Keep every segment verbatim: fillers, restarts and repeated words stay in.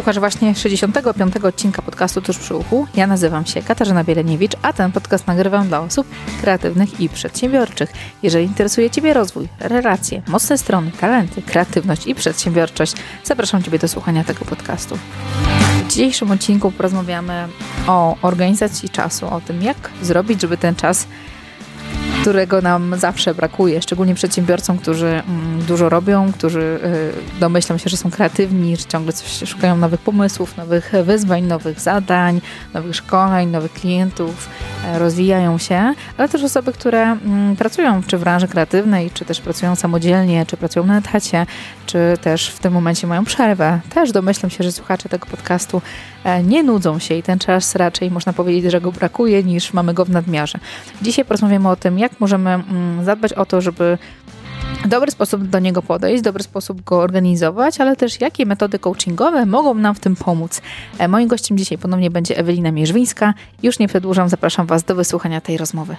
Słuchasz właśnie sześćdziesiątego piątego odcinka podcastu Tuż przy uchu. Ja nazywam się Katarzyna Bieleniewicz, a ten podcast nagrywam dla osób kreatywnych i przedsiębiorczych. Jeżeli interesuje Ciebie rozwój, relacje, mocne strony, talenty, kreatywność i przedsiębiorczość, zapraszam Ciebie do słuchania tego podcastu. W dzisiejszym odcinku porozmawiamy o organizacji czasu, o tym, jak zrobić, żeby ten czas, którego nam zawsze brakuje, szczególnie przedsiębiorcom, którzy mm, dużo robią, którzy y, domyślam się, że są kreatywni, że ciągle coś szukają nowych pomysłów, nowych wyzwań, nowych zadań, nowych szkoleń, nowych klientów, y, rozwijają się, ale też osoby, które mm, pracują czy w branży kreatywnej, czy też pracują samodzielnie, czy pracują na etacie, czy też w tym momencie mają przerwę. Też domyślam się, że słuchacze tego podcastu y, nie nudzą się i ten czas raczej można powiedzieć, że go brakuje, niż mamy go w nadmiarze. Dzisiaj porozmawiamy o tym, jak możemy zadbać o to, żeby w dobry sposób do niego podejść, w dobry sposób go organizować, ale też jakie metody coachingowe mogą nam w tym pomóc. Moim gościem dzisiaj ponownie będzie Ewelina Mierzwińska. Już nie przedłużam, zapraszam Was do wysłuchania tej rozmowy.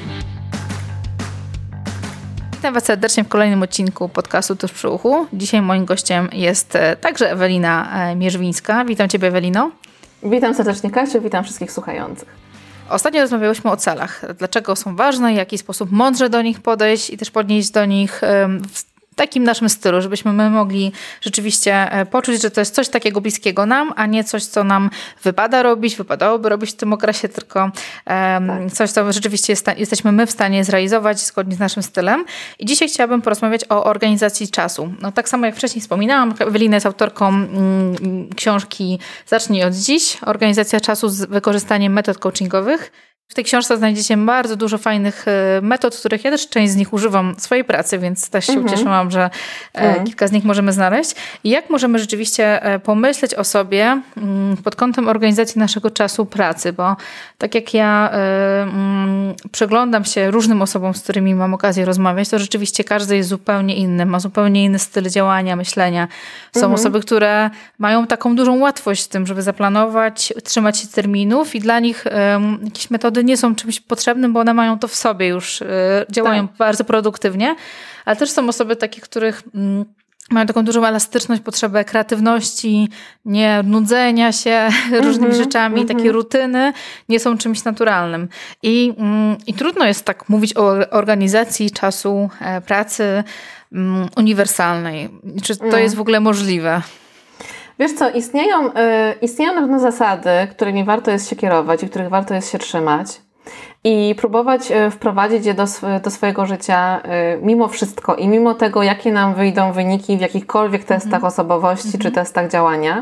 Witam Was serdecznie w kolejnym odcinku podcastu Tuż przy uchu. Dzisiaj moim gościem jest także Ewelina Mierzwińska. Witam Ciebie, Ewelino. Witam serdecznie, Kasiu, witam wszystkich słuchających. Ostatnio rozmawiałyśmy o celach, dlaczego są ważne, w jaki sposób mądrze do nich podejść i też podnieść do nich w takim naszym stylu, żebyśmy my mogli rzeczywiście poczuć, że to jest coś takiego bliskiego nam, a nie coś, co nam wypada robić, wypadałoby robić w tym okresie, tylko um, tak. coś, co rzeczywiście jest, jesteśmy my w stanie zrealizować zgodnie z naszym stylem. I dzisiaj chciałabym porozmawiać o organizacji czasu. No, tak samo jak wcześniej wspominałam, Ewelina jest autorką mm, książki Zacznij od dziś. Organizacja czasu z wykorzystaniem metod coachingowych. W tej książce znajdziecie bardzo dużo fajnych metod, których ja też część z nich używam w swojej pracy, więc też się mm-hmm. ucieszyłam, że mm. kilka z nich możemy znaleźć. I jak możemy rzeczywiście pomyśleć o sobie pod kątem organizacji naszego czasu pracy, bo tak jak ja um, przeglądam się różnym osobom, z którymi mam okazję rozmawiać, to rzeczywiście każdy jest zupełnie inny, ma zupełnie inny styl działania, myślenia. Są mm-hmm. osoby, które mają taką dużą łatwość w tym, żeby zaplanować, trzymać się terminów i dla nich um, jakieś metody nie są czymś potrzebnym, bo one mają to w sobie już, y, działają tak. bardzo produktywnie, ale też są osoby takie, których mm, mają taką dużą elastyczność, potrzebę kreatywności, nie nudzenia się mm-hmm, różnymi rzeczami, mm-hmm. takie rutyny nie są czymś naturalnym. I, mm, i trudno jest tak mówić o organizacji czasu e, pracy mm, uniwersalnej. Czy to mm. jest w ogóle możliwe? Wiesz co, istnieją, y, istnieją na pewno zasady, którymi warto jest się kierować i których warto jest się trzymać i próbować y, wprowadzić je do, sw- do swojego życia y, mimo wszystko i mimo tego, jakie nam wyjdą wyniki w jakichkolwiek testach mm-hmm. osobowości mm-hmm. czy testach działania.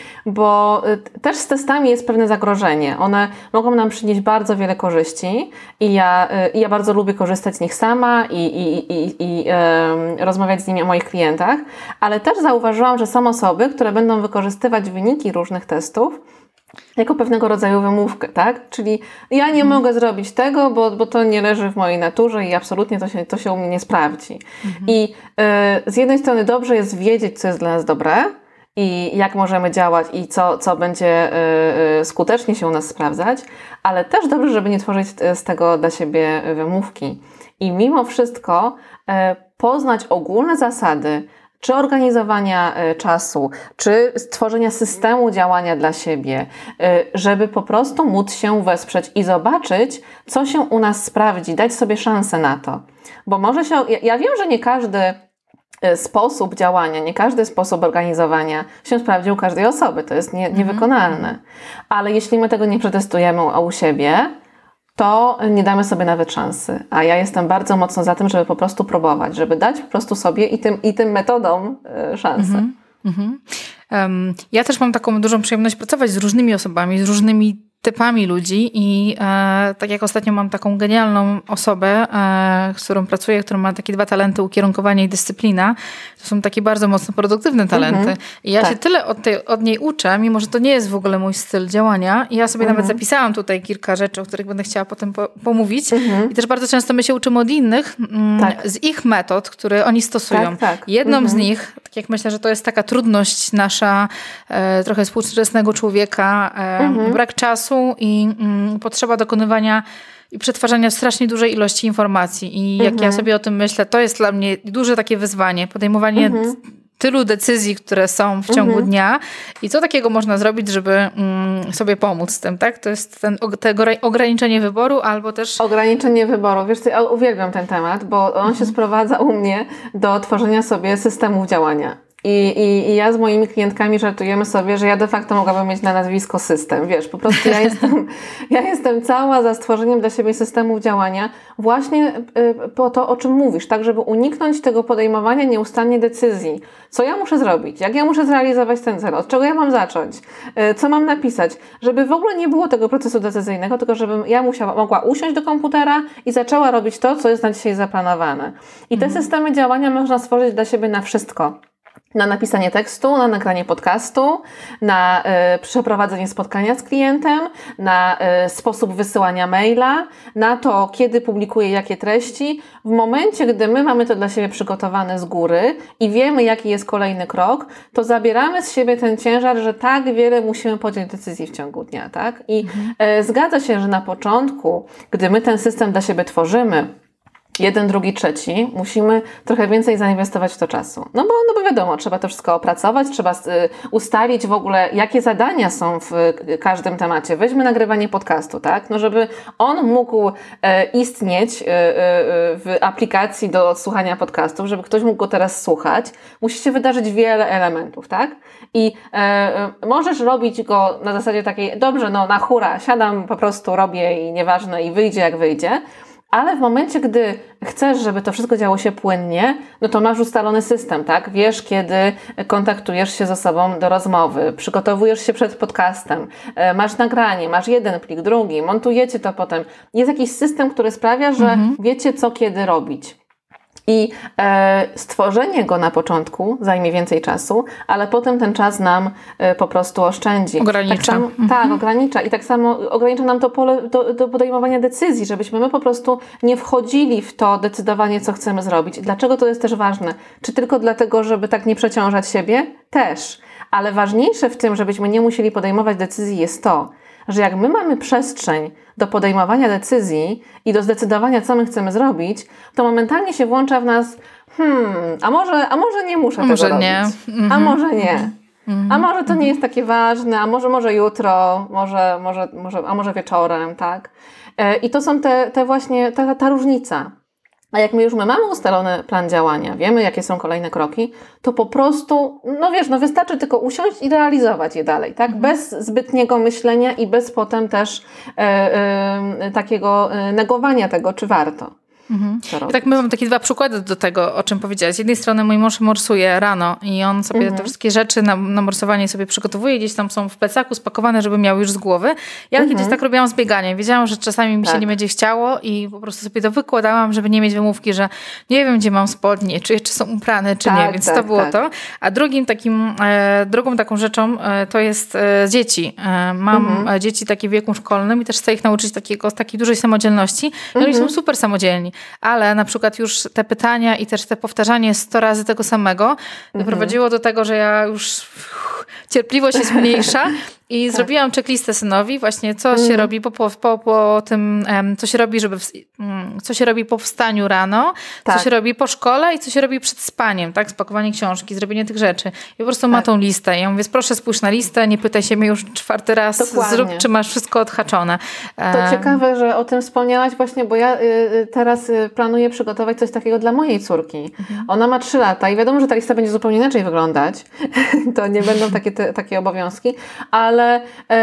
Bo też z testami jest pewne zagrożenie. One mogą nam przynieść bardzo wiele korzyści i ja, i ja bardzo lubię korzystać z nich sama i, i, i, i e, rozmawiać z nimi o moich klientach, ale też zauważyłam, że są osoby, które będą wykorzystywać wyniki różnych testów jako pewnego rodzaju wymówkę, tak? Czyli ja nie mhm. mogę zrobić tego, bo, bo to nie leży w mojej naturze i absolutnie to się, to się u mnie nie sprawdzi. Mhm. I e, z jednej strony dobrze jest wiedzieć, co jest dla nas dobre, i jak możemy działać i co, co będzie y, y, skutecznie się u nas sprawdzać, ale też dobrze, żeby nie tworzyć z tego dla siebie wymówki. I mimo wszystko y, poznać ogólne zasady, czy organizowania y, czasu, czy stworzenia systemu działania dla siebie, y, żeby po prostu móc się wesprzeć i zobaczyć, co się u nas sprawdzi, dać sobie szansę na to. Bo może się, ja, ja wiem, że nie każdy sposób działania, nie każdy sposób organizowania się sprawdzi u każdej osoby. To jest nie, niewykonalne. Ale jeśli my tego nie przetestujemy u siebie, to nie damy sobie nawet szansy. A ja jestem bardzo mocno za tym, żeby po prostu próbować, żeby dać po prostu sobie i tym, i tym metodom szansę. Mhm. Mhm. Um, ja też mam taką dużą przyjemność pracować z różnymi osobami, z różnymi typami ludzi i e, tak jak ostatnio mam taką genialną osobę, e, z którą pracuję, która ma takie dwa talenty, ukierunkowanie i dyscyplina. To są takie bardzo mocno produktywne talenty. Mm-hmm. I ja tak. się tyle od, tej, od niej uczę, mimo że to nie jest w ogóle mój styl działania. I ja sobie mm-hmm. nawet zapisałam tutaj kilka rzeczy, o których będę chciała potem po, pomówić. Mm-hmm. I też bardzo często my się uczymy od innych, mm, tak. z ich metod, które oni stosują. Tak, tak. Jedną mm-hmm. z nich, tak jak myślę, że to jest taka trudność nasza, e, trochę współczesnego człowieka, e, mm-hmm. brak czasu i mm, potrzeba dokonywania i przetwarzania strasznie dużej ilości informacji. I jak mhm. ja sobie o tym myślę, to jest dla mnie duże takie wyzwanie. Podejmowanie mhm. tylu decyzji, które są w ciągu mhm. dnia i co takiego można zrobić, żeby mm, sobie pomóc z tym, tak? To jest ten, te ograniczenie wyboru albo też... Ograniczenie wyboru. Wiesz co, ja uwielbiam ten temat, bo on mhm. się sprowadza u mnie do tworzenia sobie systemów działania. I, i, I ja z moimi klientkami żartujemy sobie, że ja de facto mogłabym mieć na nazwisko system. Wiesz, po prostu ja jestem, ja jestem cała za stworzeniem dla siebie systemów działania właśnie y, po to, o czym mówisz, tak, żeby uniknąć tego podejmowania nieustannie decyzji. Co ja muszę zrobić? Jak ja muszę zrealizować ten cel? Od czego ja mam zacząć? Y, co mam napisać? Żeby w ogóle nie było tego procesu decyzyjnego, tylko żebym ja musiała, mogła usiąść do komputera i zaczęła robić to, co jest na dzisiaj zaplanowane. I te mhm. systemy działania można stworzyć dla siebie na wszystko. Na napisanie tekstu, na nagranie podcastu, na y, przeprowadzenie spotkania z klientem, na y, sposób wysyłania maila, na to, kiedy publikuję jakie treści. W momencie, gdy my mamy to dla siebie przygotowane z góry i wiemy, jaki jest kolejny krok, to zabieramy z siebie ten ciężar, że tak wiele musimy podjąć decyzji w ciągu dnia, tak? I mhm. y, zgadza się, że na początku, gdy my ten system dla siebie tworzymy, jeden, drugi, trzeci, musimy trochę więcej zainwestować w to czasu. No bo, no bo wiadomo, trzeba to wszystko opracować, trzeba y, ustalić w ogóle, jakie zadania są w y, każdym temacie. Weźmy nagrywanie podcastu, tak? No żeby on mógł y, istnieć y, y, w aplikacji do słuchania podcastów, żeby ktoś mógł go teraz słuchać, musi się wydarzyć wiele elementów, tak? I y, y, możesz robić go na zasadzie takiej, dobrze, no na hura, siadam, po prostu robię i nieważne, i wyjdzie jak wyjdzie. Ale w momencie, gdy chcesz, żeby to wszystko działo się płynnie, no to masz ustalony system, tak? Wiesz, kiedy kontaktujesz się z osobą do rozmowy, przygotowujesz się przed podcastem, masz nagranie, masz jeden plik, drugi, montujecie to potem. Jest jakiś system, który sprawia, że mhm. wiecie, co kiedy robić. I e, stworzenie go na początku zajmie więcej czasu, ale potem ten czas nam e, po prostu oszczędzi. Ogranicza. Tak, samo, mhm. tak, ogranicza. I tak samo ogranicza nam to pole do, do podejmowania decyzji, żebyśmy my po prostu nie wchodzili w to decydowanie, co chcemy zrobić. Dlaczego to jest też ważne? Czy tylko dlatego, żeby tak nie przeciążać siebie? Też. Ale ważniejsze w tym, żebyśmy nie musieli podejmować decyzji, jest to, że jak my mamy przestrzeń do podejmowania decyzji i do zdecydowania, co my chcemy zrobić, to momentalnie się włącza w nas hmm, a może, a może nie muszę a tego może robić. Nie. Mm-hmm. A może nie. Mm-hmm. A może to nie jest takie ważne, a może może jutro, może, może, może, a może wieczorem, tak? I to są te, te właśnie, ta, ta różnica. A jak my już my mamy ustalony plan działania, wiemy, jakie są kolejne kroki, to po prostu, no wiesz, no wystarczy tylko usiąść i realizować je dalej, tak? Mhm. Bez zbytniego myślenia i bez potem też e, e, takiego negowania tego, czy warto. Mhm. I tak my mamy takie dwa przykłady do tego, o czym powiedziałaś. Z jednej strony mój mąż morsuje rano i on sobie mhm. te wszystkie rzeczy na, na morsowanie sobie przygotowuje, gdzieś tam są w plecaku spakowane, żeby miał już z głowy. Ja mhm. kiedyś tak robiłam z bieganiem. Wiedziałam, że czasami mi tak. się nie będzie chciało i po prostu sobie to wykładałam, żeby nie mieć wymówki, że nie wiem, gdzie mam spodnie, czy jeszcze są uprane, czy tak, nie, więc tak, to było tak. to. A drugim takim, e, drugą taką rzeczą e, to jest e, dzieci. E, mam mhm. dzieci takie w wieku szkolnym i też chcę ich nauczyć takiego, takiej dużej samodzielności. I mhm. oni są super samodzielni. Ale na przykład już te pytania i też te powtarzanie sto razy tego samego mhm. doprowadziło do tego, że ja już uff, cierpliwość jest mniejsza i tak. zrobiłam checklistę synowi właśnie, co mhm. się robi po, po, po, po tym, um, co się robi, żeby w, um, co się robi po wstaniu rano, tak. co się robi po szkole i co się robi przed spaniem, tak? Spakowanie książki, zrobienie tych rzeczy. I po prostu tak. ma tą listę. I ja mówię, proszę spójrz na listę, nie pytaj się mnie już czwarty raz, Dokładnie. zrób, czy masz wszystko odhaczone. To um, ciekawe, że o tym wspomniałaś właśnie, bo ja y, teraz y, planuję przygotować coś takiego dla mojej córki. Mhm. Ona ma trzy lata i wiadomo, że ta lista będzie zupełnie inaczej wyglądać. To nie będą takie, te, takie obowiązki, ale ale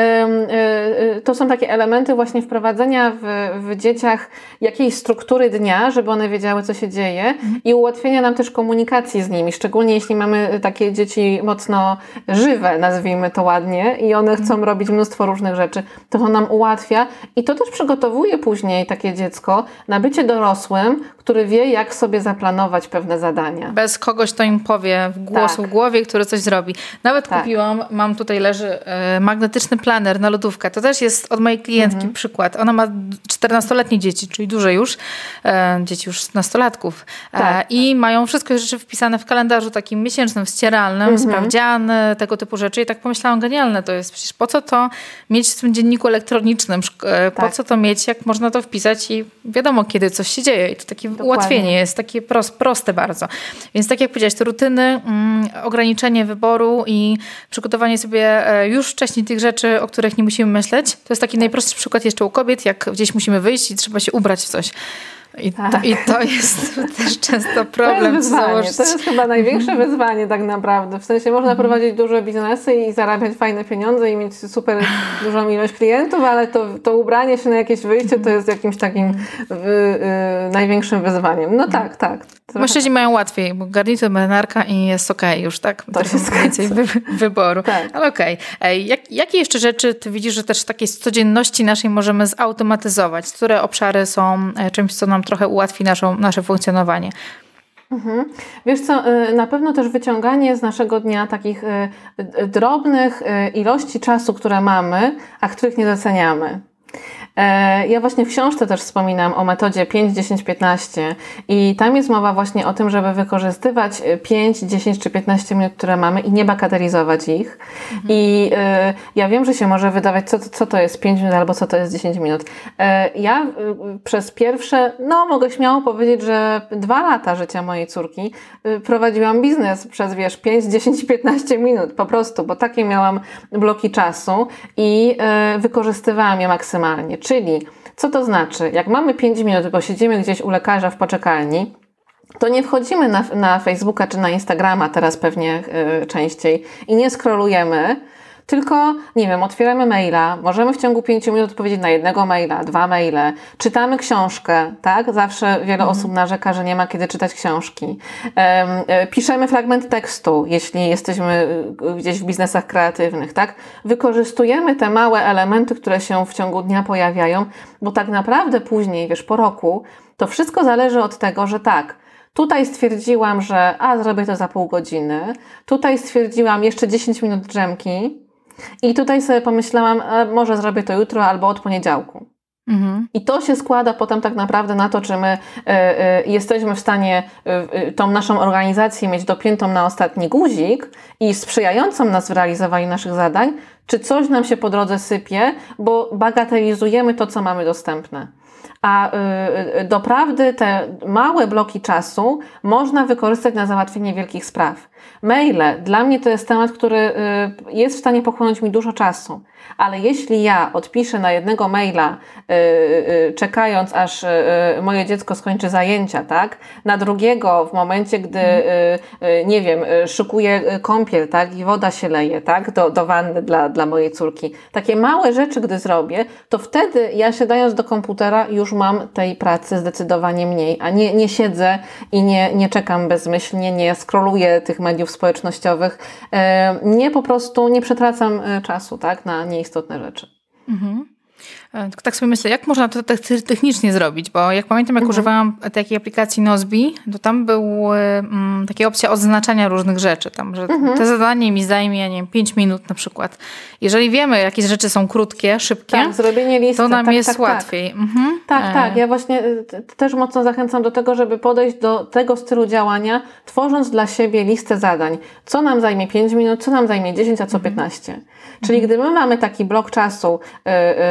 y, y, to są takie elementy właśnie wprowadzenia w, w dzieciach jakiejś struktury dnia, żeby one wiedziały, co się dzieje mhm. i ułatwienia nam też komunikacji z nimi, szczególnie jeśli mamy takie dzieci mocno żywe, nazwijmy to ładnie, i one chcą mhm. robić mnóstwo różnych rzeczy, to to nam ułatwia i to też przygotowuje później takie dziecko na bycie dorosłym, który wie, jak sobie zaplanować pewne zadania. Bez kogoś, kto im powie w głos, tak. w głowie, który coś zrobi. Nawet tak. kupiłam, mam tutaj leży y, magnetyczny planer na lodówkę. To też jest od mojej klientki mhm. przykład. Ona ma czternastoletnie dzieci, czyli duże już. E, dzieci już nastolatków. E, tak. I mają wszystkie rzeczy wpisane w kalendarzu takim miesięcznym, ścieralnym, mhm. sprawdziany, tego typu rzeczy. I tak pomyślałam, genialne to jest. Przecież po co to mieć w tym dzienniku elektronicznym? E, po tak. co to mieć, jak można to wpisać i wiadomo, kiedy coś się dzieje. I to takie Dokładnie. ułatwienie jest, takie prost, proste bardzo. Więc tak jak powiedziałaś, te rutyny, mm, ograniczenie wyboru i przygotowanie sobie już wcześniej tych rzeczy, o których nie musimy myśleć. To jest taki najprostszy przykład jeszcze u kobiet, jak gdzieś musimy wyjść i trzeba się ubrać w coś. I, tak. to, I to jest też często problem. To jest wyzwanie. To jest chyba największe mm-hmm. wyzwanie tak naprawdę. W sensie można mm-hmm. prowadzić duże biznesy i zarabiać fajne pieniądze i mieć super dużą ilość klientów, ale to, to ubranie się na jakieś wyjście to jest jakimś takim y, y, największym wyzwaniem. No tak, tak. Mężczyźni mają łatwiej, bo garnitur, marynarka i jest okej okay już, tak? To się więcej wy, wyboru. Tak. Ale okej. Okay. Jak, jakie jeszcze rzeczy ty widzisz, że też takiej codzienności naszej możemy zautomatyzować? Które obszary są czymś, co nam trochę ułatwi naszą, nasze funkcjonowanie? Mhm. Wiesz co, na pewno też wyciąganie z naszego dnia takich drobnych ilości czasu, które mamy, a których nie doceniamy. Ja właśnie w książce też wspominam o metodzie pięć, dziesięć, piętnaście i tam jest mowa właśnie o tym, żeby wykorzystywać pięć, dziesięć czy piętnaście minut, które mamy i nie bagatelizować ich. Mhm. I y, ja wiem, że się może wydawać, co, co to jest pięć minut albo co to jest dziesięć minut. Y, ja y, przez pierwsze, no mogę śmiało powiedzieć, że dwa lata życia mojej córki y, prowadziłam biznes przez, wiesz, pięć, dziesięć, piętnaście minut po prostu, bo takie miałam bloki czasu i y, wykorzystywałam je maksymalnie. Czyli, co to znaczy? Jak mamy pięć minut, bo siedzimy gdzieś u lekarza w poczekalni, to nie wchodzimy na, na Facebooka czy na Instagrama, teraz pewnie yy, częściej, i nie scrollujemy, tylko, nie wiem, otwieramy maila, możemy w ciągu pięciu minut odpowiedzieć na jednego maila, dwa maile, czytamy książkę, tak? Zawsze wiele mhm. osób narzeka, że nie ma kiedy czytać książki. Um, piszemy fragment tekstu, jeśli jesteśmy gdzieś w biznesach kreatywnych, tak? Wykorzystujemy te małe elementy, które się w ciągu dnia pojawiają, bo tak naprawdę później, wiesz, po roku, to wszystko zależy od tego, że tak, tutaj stwierdziłam, że a, zrobię to za pół godziny, tutaj stwierdziłam jeszcze dziesięć minut drzemki, i tutaj sobie pomyślałam, może zrobię to jutro albo od poniedziałku. Mhm. I to się składa potem tak naprawdę na to, czy my y, y, jesteśmy w stanie y, y, tą naszą organizację mieć dopiętą na ostatni guzik i sprzyjającą nas w realizowaniu naszych zadań, czy coś nam się po drodze sypie, bo bagatelizujemy to, co mamy dostępne. A y, doprawdy te małe bloki czasu można wykorzystać na załatwienie wielkich spraw. Maile, dla mnie to jest temat, który y, jest w stanie pochłonąć mi dużo czasu. Ale jeśli ja odpiszę na jednego maila, y, y, czekając aż y, moje dziecko skończy zajęcia, tak? Na drugiego w momencie, gdy, y, y, nie wiem, y, szykuję kąpiel, tak? I woda się leje, tak? Do, do wanny dla, dla mojej córki. Takie małe rzeczy, gdy zrobię, to wtedy ja siadając do komputera już mam tej pracy zdecydowanie mniej, a nie, nie siedzę i nie, nie czekam bezmyślnie, nie scrolluję tych mediów społecznościowych, y, nie po prostu nie przetracam czasu, tak? Na nieistotne rzeczy. Mhm. Tak sobie myślę, jak można to technicznie zrobić, bo jak pamiętam, jak mhm. używałam takiej aplikacji Nozbe, to tam była um, taka opcja odznaczania różnych rzeczy, tam, że mhm. to zadanie mi zajmie, nie wiem, pięć minut na przykład. Jeżeli wiemy, jakie rzeczy są krótkie, szybkie, tak, zrobienie listy, to nam tak, jest tak, łatwiej. Tak, mhm. tak, tak. Ja właśnie też mocno zachęcam do tego, żeby podejść do tego stylu działania, tworząc dla siebie listę zadań. Co nam zajmie pięć minut, co nam zajmie dziesięć, a co piętnaście. Mhm. Czyli gdy my mamy taki blok czasu yy,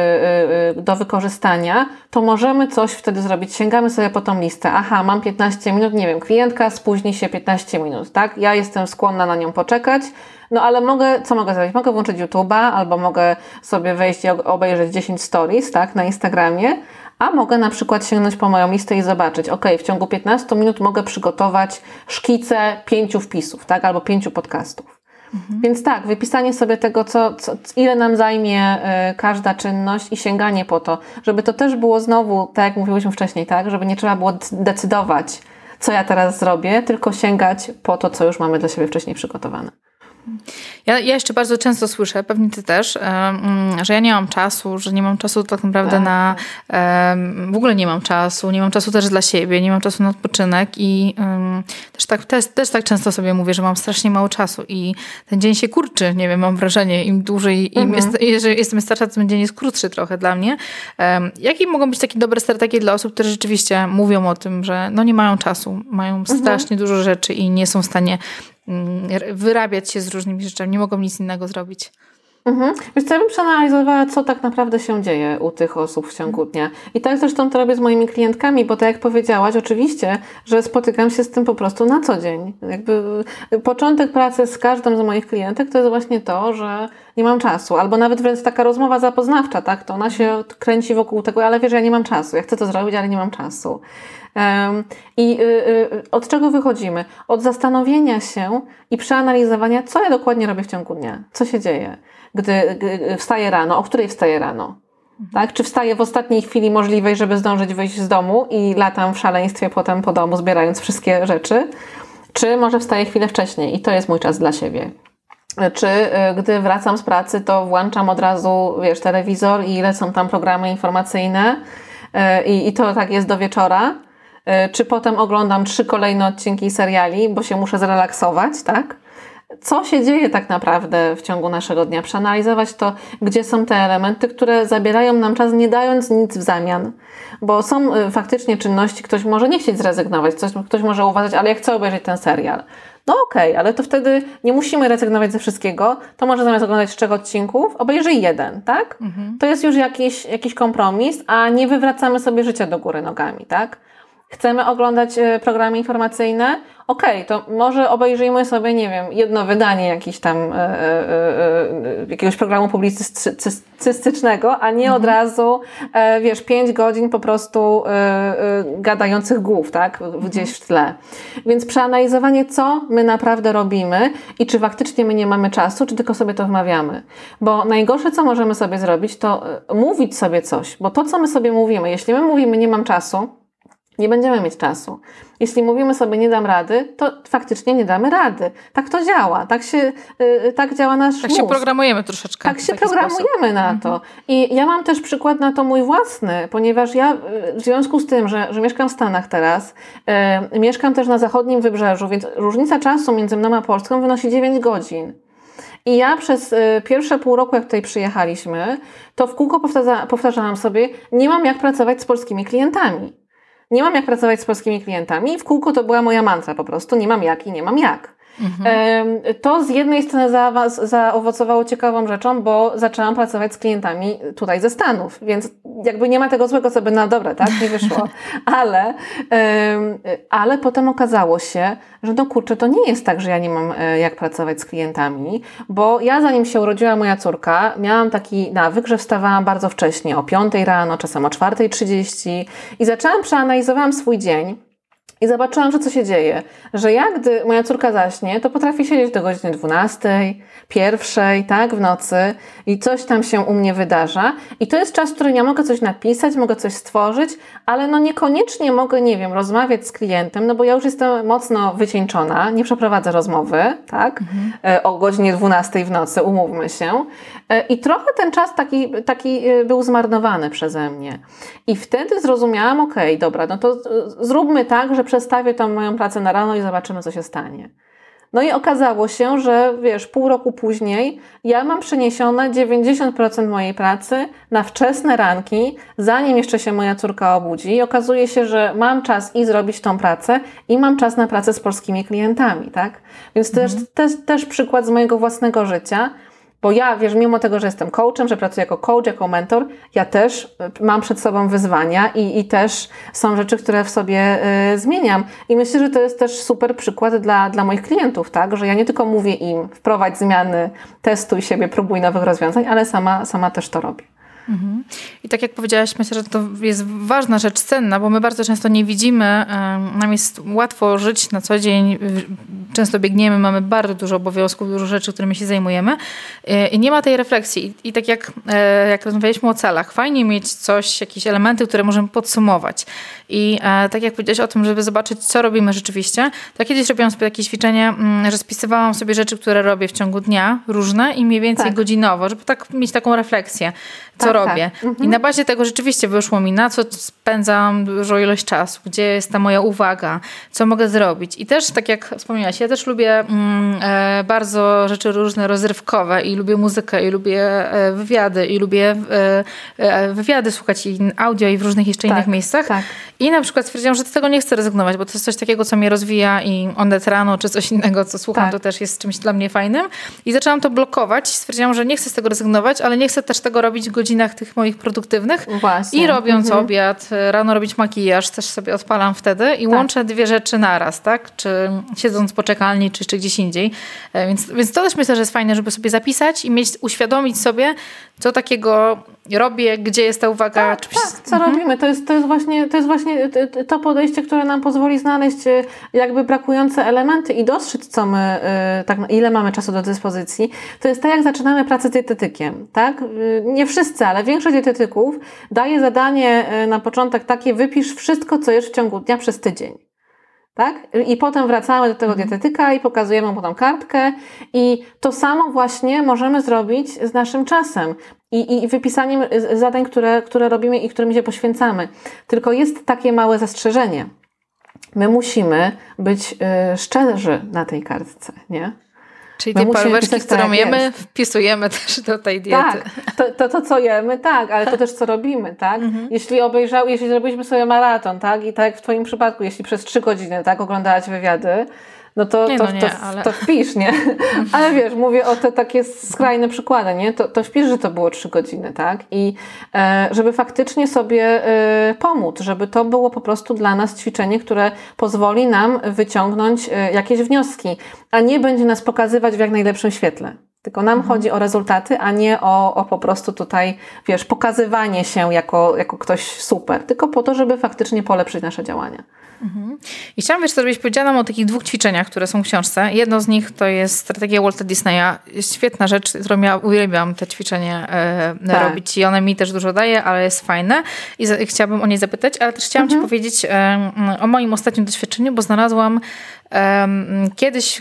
yy, yy, do wykorzystania, to możemy coś wtedy zrobić. Sięgamy sobie po tą listę. Aha, mam piętnaście minut, nie wiem, klientka spóźni się piętnaście minut, tak? Ja jestem skłonna na nią poczekać, no ale mogę, co mogę zrobić? Mogę włączyć YouTube'a, albo mogę sobie wejść i obejrzeć dziesięć stories, tak, na Instagramie, a mogę na przykład sięgnąć po moją listę i zobaczyć, ok, w ciągu piętnastu minut mogę przygotować szkice pięciu wpisów, tak, albo pięciu podcastów. Mhm. Więc tak, wypisanie sobie tego, co, co, ile nam zajmie y, każda czynność i sięganie po to, żeby to też było znowu, tak jak mówiłyśmy wcześniej, tak, żeby nie trzeba było decydować, co ja teraz zrobię, tylko sięgać po to, co już mamy dla siebie wcześniej przygotowane. Ja, ja jeszcze bardzo często słyszę, pewnie ty też, um, że ja nie mam czasu, że nie mam czasu tak naprawdę tak. na... Um, w ogóle nie mam czasu, nie mam czasu też dla siebie, nie mam czasu na odpoczynek i um, też, tak, też, też tak często sobie mówię, że mam strasznie mało czasu i ten dzień się kurczy, nie wiem, mam wrażenie, im dłużej, im mhm. jest, jeżeli jestem starsza, to ten dzień jest krótszy trochę dla mnie. Um, jakie mogą być takie dobre strategie dla osób, które rzeczywiście mówią o tym, że no nie mają czasu, mają mhm. strasznie dużo rzeczy i nie są w stanie wyrabiać się z różnymi rzeczami, nie mogą nic innego zrobić. Mhm. Wiesz co, ja bym przeanalizowała, co tak naprawdę się dzieje u tych osób w ciągu dnia. I tak zresztą to robię z moimi klientkami, bo tak jak powiedziałaś, oczywiście, że spotykam się z tym po prostu na co dzień. Jakby początek pracy z każdą z moich klientek to jest właśnie to, że nie mam czasu. Albo nawet wręcz taka rozmowa zapoznawcza, tak? To ona się kręci wokół tego, ale wiesz, ja nie mam czasu. Ja chcę to zrobić, ale nie mam czasu. Um, I y, y, od czego wychodzimy? Od zastanowienia się i przeanalizowania, co ja dokładnie robię w ciągu dnia. Co się dzieje, gdy y, wstaję rano. O której wstaję rano? Tak? Czy wstaję w ostatniej chwili możliwej, żeby zdążyć wyjść z domu i latam w szaleństwie potem po domu, zbierając wszystkie rzeczy? Czy może wstaję chwilę wcześniej i to jest mój czas dla siebie? Czy y, gdy wracam z pracy, to włączam od razu, wiesz, telewizor i lecą tam programy informacyjne y, i, i to tak jest do wieczora? Czy potem oglądam trzy kolejne odcinki seriali, bo się muszę zrelaksować, tak? Co się dzieje tak naprawdę w ciągu naszego dnia? Przeanalizować to, gdzie są te elementy, które zabierają nam czas, nie dając nic w zamian. Bo są faktycznie czynności, ktoś może nie chcieć zrezygnować, coś, ktoś może uważać, ale ja chcę obejrzeć ten serial. No okej, okay, ale to wtedy nie musimy rezygnować ze wszystkiego, to może zamiast oglądać trzech odcinków, obejrzyj jeden, tak? Mhm. To jest już jakiś, jakiś kompromis, a nie wywracamy sobie życia do góry nogami, tak? Chcemy oglądać programy informacyjne? Okej, okay, to może obejrzyjmy sobie, nie wiem, jedno wydanie jakiś tam, e, e, e, jakiegoś programu publicystycznego, a nie mhm. od razu, e, wiesz, pięć godzin po prostu e, e, gadających głów, tak, gdzieś w tle. Więc przeanalizowanie, co my naprawdę robimy i czy faktycznie my nie mamy czasu, czy tylko sobie to wmawiamy. Bo najgorsze, co możemy sobie zrobić, to mówić sobie coś, bo to, co my sobie mówimy, jeśli my mówimy, nie mam czasu, nie będziemy mieć czasu. Jeśli mówimy sobie, nie dam rady, to faktycznie nie damy rady. Tak to działa. Tak się, yy, tak działa nasz Tak mózg. się programujemy troszeczkę. Tak się programujemy sposób. na mhm. to. I ja mam też przykład na to mój własny, ponieważ ja w związku z tym, że, że mieszkam w Stanach teraz, yy, mieszkam też na zachodnim wybrzeżu, więc różnica czasu między mną a Polską wynosi dziewięć godzin. I ja przez y, pierwsze pół roku, jak tutaj przyjechaliśmy, to w kółko powtarza, powtarzałam sobie, nie mam jak pracować z polskimi klientami. Nie mam jak pracować z polskimi klientami i w kółko to była moja mantra po prostu. Nie mam jak i nie mam jak. Mhm. To z jednej strony za, zaowocowało ciekawą rzeczą, bo zaczęłam pracować z klientami tutaj ze Stanów, więc jakby nie ma tego złego, co by na dobre, tak? Nie wyszło. Ale, ale potem okazało się, że no kurczę, to nie jest tak, że ja nie mam jak pracować z klientami, bo ja zanim się urodziła moja córka, miałam taki nawyk, że wstawałam bardzo wcześnie, o piątej rano, czasem o czwartej trzydzieści i zaczęłam, przeanalizowałam swój dzień. I zobaczyłam, że co się dzieje, że ja, gdy moja córka zaśnie, to potrafię siedzieć do godziny dwunastej, pierwszej, tak, w nocy i coś tam się u mnie wydarza. I to jest czas, w którym ja mogę coś napisać, mogę coś stworzyć, ale no niekoniecznie mogę, nie wiem, rozmawiać z klientem, no bo ja już jestem mocno wycieńczona, nie przeprowadzę rozmowy, tak, mhm. o godzinie dwunastej w nocy, umówmy się. I trochę ten czas taki, taki był zmarnowany przeze mnie. I wtedy zrozumiałam, okej, okay, dobra, no to zróbmy tak, że przestawię tą moją pracę na rano i zobaczymy, co się stanie. No i okazało się, że wiesz, pół roku później ja mam przeniesione dziewięćdziesiąt procent mojej pracy na wczesne ranki, zanim jeszcze się moja córka obudzi. I okazuje się, że mam czas i zrobić tą pracę i mam czas na pracę z polskimi klientami, tak? Więc mhm. też, też, też przykład z mojego własnego życia. Bo ja, wiesz, mimo tego, że jestem coachem, że pracuję jako coach, jako mentor, ja też mam przed sobą wyzwania i, i też są rzeczy, które w sobie y, zmieniam. I myślę, że to jest też super przykład dla, dla moich klientów, tak? Że ja nie tylko mówię im, wprowadź zmiany, testuj siebie, próbuj nowych rozwiązań, ale sama, sama też to robię. Mhm. I tak jak powiedziałaś, myślę, że to jest ważna rzecz, cenna, bo my bardzo często nie widzimy, nam jest łatwo żyć na co dzień, często biegniemy, mamy bardzo dużo obowiązków, dużo rzeczy, którymi się zajmujemy i nie ma tej refleksji. I tak jak, jak rozmawialiśmy o celach, fajnie mieć coś, jakieś elementy, które możemy podsumować. I tak jak powiedziałeś o tym, żeby zobaczyć, co robimy rzeczywiście, to kiedyś robiłam sobie takie ćwiczenie, że spisywałam sobie rzeczy, które robię w ciągu dnia, różne i mniej więcej tak. godzinowo, żeby tak mieć taką refleksję, co tak, robię. Tak. Mhm. I na bazie tego rzeczywiście wyszło mi, na co spędzam dużą ilość czasu, gdzie jest ta moja uwaga, co mogę zrobić. I też, tak jak wspomniałaś, ja też lubię mm, e, bardzo rzeczy różne, rozrywkowe i lubię muzykę, i lubię e, wywiady, i lubię e, e, wywiady słuchać i audio i w różnych jeszcze tak, innych miejscach. Tak. I na przykład stwierdziłam, że z tego nie chcę rezygnować, bo to jest coś takiego, co mnie rozwija i onet rano, czy coś innego, co słucham, tak. to też jest czymś dla mnie fajnym. I zaczęłam to blokować. Stwierdziłam, że nie chcę z tego rezygnować, ale nie chcę też tego robić w godzinach tych moich produktywnych. Właśnie. I robiąc mhm. obiad, rano robić makijaż, też sobie odpalam wtedy i tak. łączę dwie rzeczy naraz, tak? Czy siedząc po czekalni, czy, czy gdzieś indziej. Więc, więc to też myślę, że jest fajne, żeby sobie zapisać i mieć, uświadomić sobie, co takiego robię, gdzie jest ta uwaga. Tak, czy... tak co mhm. robimy. To jest, to, jest właśnie, to jest właśnie to podejście, które nam pozwoli znaleźć jakby brakujące elementy i dostrzec, co my, tak, ile mamy czasu do dyspozycji. To jest tak, jak zaczynamy pracę z dietetykiem. Tak? Nie wszyscy, ale większość dietetyków daje zadanie na początek takie: wypisz wszystko, co jesz w ciągu dnia przez tydzień. Tak? I potem wracamy do tego dietetyka i pokazujemy mu tą kartkę i to samo właśnie możemy zrobić z naszym czasem i, i wypisaniem zadań, które, które robimy i którym się poświęcamy. Tylko jest takie małe zastrzeżenie. My musimy być y, szczerzy na tej kartce, nie? Czyli te paróweczki, którą jemy, jest. wpisujemy też do tej diety. Tak, to, to, to co jemy, tak, ale to też co robimy, tak? Mhm. Jeśli obejrzał, jeśli zrobiliśmy sobie maraton, tak? I tak jak w twoim przypadku, jeśli przez trzy godziny, tak, oglądałaś wywiady, no to, nie, to, no nie, to, ale... to wpisz, nie? Ale wiesz, mówię o te takie skrajne przykłady, nie? To, to wpisz, że to było trzy godziny, tak? I e, żeby faktycznie sobie e, pomóc, żeby to było po prostu dla nas ćwiczenie, które pozwoli nam wyciągnąć e, jakieś wnioski, a nie będzie nas pokazywać w jak najlepszym świetle. Tylko nam mhm. chodzi o rezultaty, a nie o, o po prostu tutaj, wiesz, pokazywanie się jako, jako ktoś super, tylko po to, żeby faktycznie polepszyć nasze działania. Mhm. I chciałam, wiesz, żebyś powiedziała nam o takich dwóch ćwiczeniach, które są w książce. Jedno z nich to jest strategia Walta Disneya. Jest świetna rzecz, którą ja uwielbiam te ćwiczenie e, tak. robić i one mi też dużo daje, ale jest fajne i za, chciałabym o nie zapytać, ale też chciałam mhm. ci powiedzieć e, o moim ostatnim doświadczeniu, bo znalazłam e, kiedyś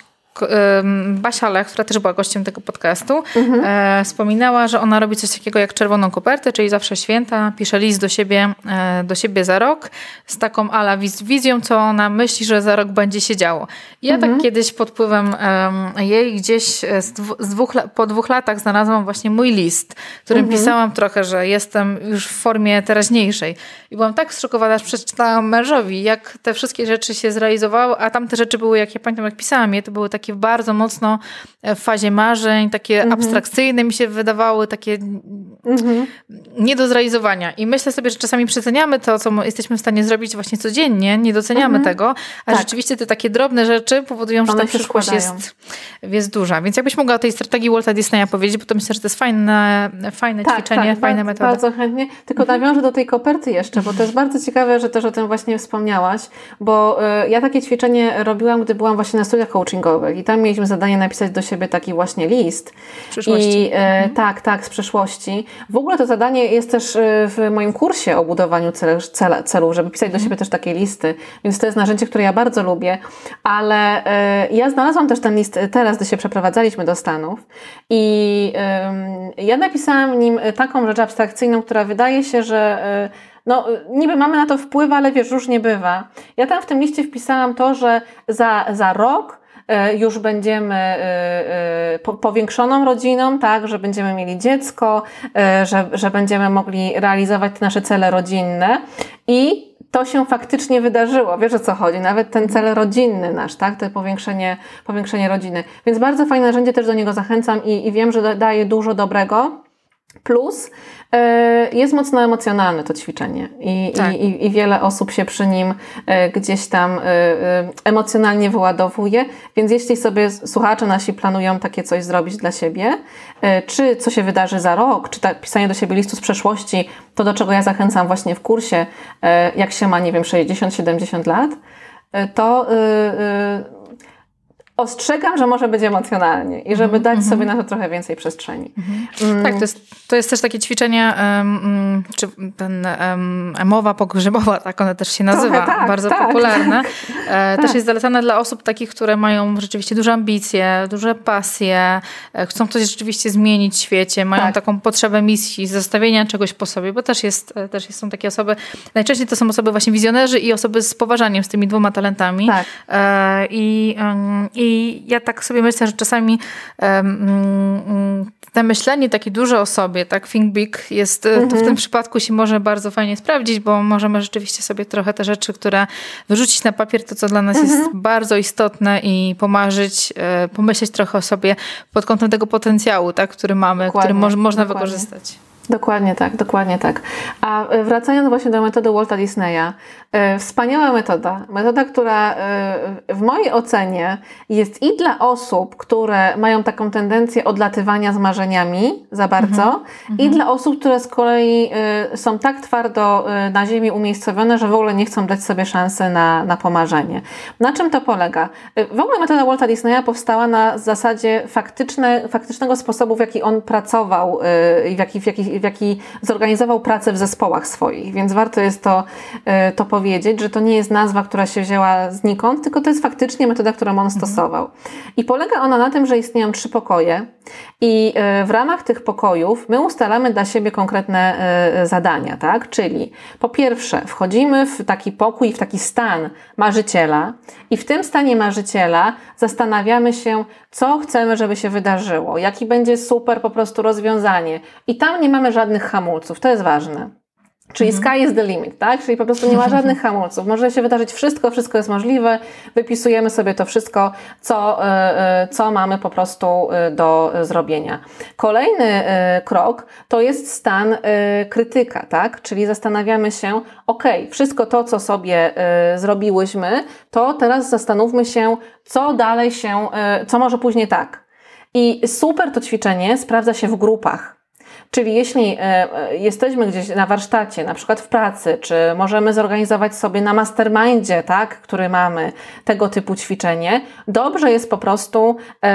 Basia Lech, która też była gościem tego podcastu, mhm. e, wspominała, że ona robi coś takiego jak czerwoną kopertę, czyli zawsze święta, pisze list do siebie, e, do siebie za rok z taką ala wiz- wizją, co ona myśli, że za rok będzie się działo. I ja mhm. tak kiedyś pod wpływem e, jej gdzieś z, dwu, z dwóch, po dwóch latach znalazłam właśnie mój list, którym mhm. pisałam trochę, że jestem już w formie teraźniejszej. I byłam tak zszokowana, że przeczytałam mężowi, jak te wszystkie rzeczy się zrealizowały, a tamte rzeczy były, jak ja pamiętam, jak pisałam je, to były takie bardzo mocno w fazie marzeń, takie mhm. abstrakcyjne mi się wydawały, takie mhm. nie do zrealizowania. I myślę sobie, że czasami przeceniamy to, co jesteśmy w stanie zrobić właśnie codziennie, nie doceniamy mhm. tego, a tak. rzeczywiście te takie drobne rzeczy powodują, że One ta przyszłość jest, jest duża. Więc jakbyś mogła o tej strategii Walta Disneya powiedzieć, bo to myślę, że to jest fajne, fajne tak, ćwiczenie, tak, fajna metoda. Bardzo chętnie. Tylko mhm. nawiążę do tej koperty jeszcze, bo to jest bardzo ciekawe, że też o tym właśnie wspomniałaś, bo y, ja takie ćwiczenie robiłam, gdy byłam właśnie na studiach coachingowych i tam mieliśmy zadanie napisać do siebie taki właśnie list. Z przeszłości. I, e, mhm. Tak, tak, z przeszłości. W ogóle to zadanie jest też w moim kursie o budowaniu cel, cel, celów, żeby pisać mhm. do siebie też takie listy. Więc to jest narzędzie, które ja bardzo lubię. Ale e, ja znalazłam też ten list teraz, gdy się przeprowadzaliśmy do Stanów. I e, ja napisałam w nim taką rzecz abstrakcyjną, która wydaje się, że e, no, niby mamy na to wpływ, ale wiesz, różnie bywa. Ja tam w tym liście wpisałam to, że za, za rok już będziemy powiększoną rodziną, tak, że będziemy mieli dziecko, że, że będziemy mogli realizować te nasze cele rodzinne i to się faktycznie wydarzyło. Wiesz, o co chodzi? Nawet ten cel rodzinny nasz, tak, to powiększenie, powiększenie rodziny. Więc bardzo fajne narzędzie, też do niego zachęcam i, i wiem, że daje dużo dobrego. Plus jest mocno emocjonalne to ćwiczenie i, tak. i, i wiele osób się przy nim gdzieś tam emocjonalnie wyładowuje, więc jeśli sobie słuchacze nasi planują takie coś zrobić dla siebie, czy co się wydarzy za rok, czy tak pisanie do siebie listu z przeszłości, to do czego ja zachęcam właśnie w kursie, jak się ma, nie wiem, sześćdziesiąt siedemdziesiąt lat, to ostrzegam, że może być emocjonalnie i żeby mm-hmm. dać sobie na to trochę więcej przestrzeni. Mm-hmm. Mm. Tak, to jest, to jest też takie ćwiczenie, um, czy ten um, mowa pogrzebowa, tak one też się nazywa, trochę, tak, bardzo tak, popularne. Tak, e, też tak. jest zalecane dla osób takich, które mają rzeczywiście duże ambicje, duże pasje, e, chcą coś rzeczywiście zmienić w świecie, mają tak. taką potrzebę misji, zostawienia czegoś po sobie, bo też, jest, też są takie osoby, najczęściej to są osoby właśnie wizjonerzy i osoby z poważaniem, z tymi dwoma talentami. Tak. E, i, um, I ja tak sobie myślę, że czasami um, te myślenie takie duże o sobie, tak, think big, jest, mhm. to w tym przypadku się może bardzo fajnie sprawdzić, bo możemy rzeczywiście sobie trochę te rzeczy, które wyrzucić na papier, to co dla nas mhm. jest bardzo istotne i pomarzyć, e, pomyśleć trochę o sobie pod kątem tego potencjału, tak, który mamy, dokładnie, który mo- można dokładnie. wykorzystać. Dokładnie tak, dokładnie tak. A wracając właśnie do metody Walta Disneya, yy, wspaniała metoda. Metoda, która yy, w mojej ocenie jest i dla osób, które mają taką tendencję odlatywania z marzeniami za bardzo, mm-hmm. i dla osób, które z kolei yy, są tak twardo yy, na ziemi umiejscowione, że w ogóle nie chcą dać sobie szansy na, na pomarzenie. Na czym to polega? Yy, w ogóle metoda Walta Disneya powstała na zasadzie faktyczne, faktycznego sposobu, w jaki on pracował yy, w jaki, w jaki w jaki zorganizował pracę w zespołach swoich, więc warto jest to, to powiedzieć, że to nie jest nazwa, która się wzięła znikąd, tylko to jest faktycznie metoda, którą on stosował. I polega ona na tym, że istnieją trzy pokoje i w ramach tych pokojów my ustalamy dla siebie konkretne zadania, tak? Czyli po pierwsze wchodzimy w taki pokój, w taki stan marzyciela i w tym stanie marzyciela zastanawiamy się, co chcemy, żeby się wydarzyło, jaki będzie super po prostu rozwiązanie. I tam nie mamy żadnych hamulców, to jest ważne. Czyli mm-hmm. sky is the limit, tak? Czyli po prostu nie ma żadnych hamulców. Może się wydarzyć wszystko, wszystko jest możliwe. Wypisujemy sobie to wszystko, co, co mamy po prostu do zrobienia. Kolejny krok to jest stan krytyka, tak? Czyli zastanawiamy się, okej, okay, wszystko to, co sobie zrobiłyśmy, to teraz zastanówmy się, co dalej się, co może później tak. I super to ćwiczenie sprawdza się w grupach. Czyli jeśli y, jesteśmy gdzieś na warsztacie, na przykład w pracy, czy możemy zorganizować sobie na mastermindzie, tak, który mamy, tego typu ćwiczenie, dobrze jest po prostu y,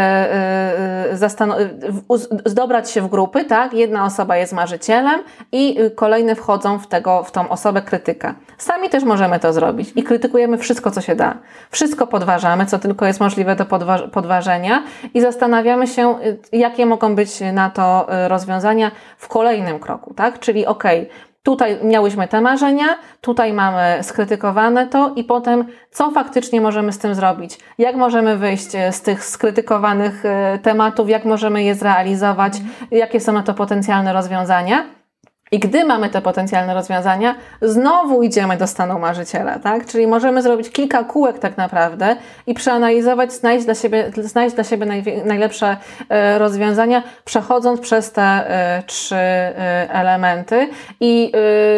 y, zastan- y, zdobrać się w grupy, tak, jedna osoba jest marzycielem i kolejne wchodzą w, tego, w tą osobę krytyka. Sami też możemy to zrobić i krytykujemy wszystko, co się da. Wszystko podważamy, co tylko jest możliwe do podwa- podważenia i zastanawiamy się, jakie mogą być na to rozwiązania w kolejnym kroku, tak? Czyli okej, okay, tutaj miałyśmy te marzenia, tutaj mamy skrytykowane to i potem co faktycznie możemy z tym zrobić? Jak możemy wyjść z tych skrytykowanych tematów? Jak możemy je zrealizować? Jakie są na to potencjalne rozwiązania? I gdy mamy te potencjalne rozwiązania, znowu idziemy do stanu marzyciela, tak? Czyli możemy zrobić kilka kółek tak naprawdę i przeanalizować, znaleźć dla siebie, znaleźć dla siebie naj, najlepsze e, rozwiązania, przechodząc przez te e, trzy e, elementy. I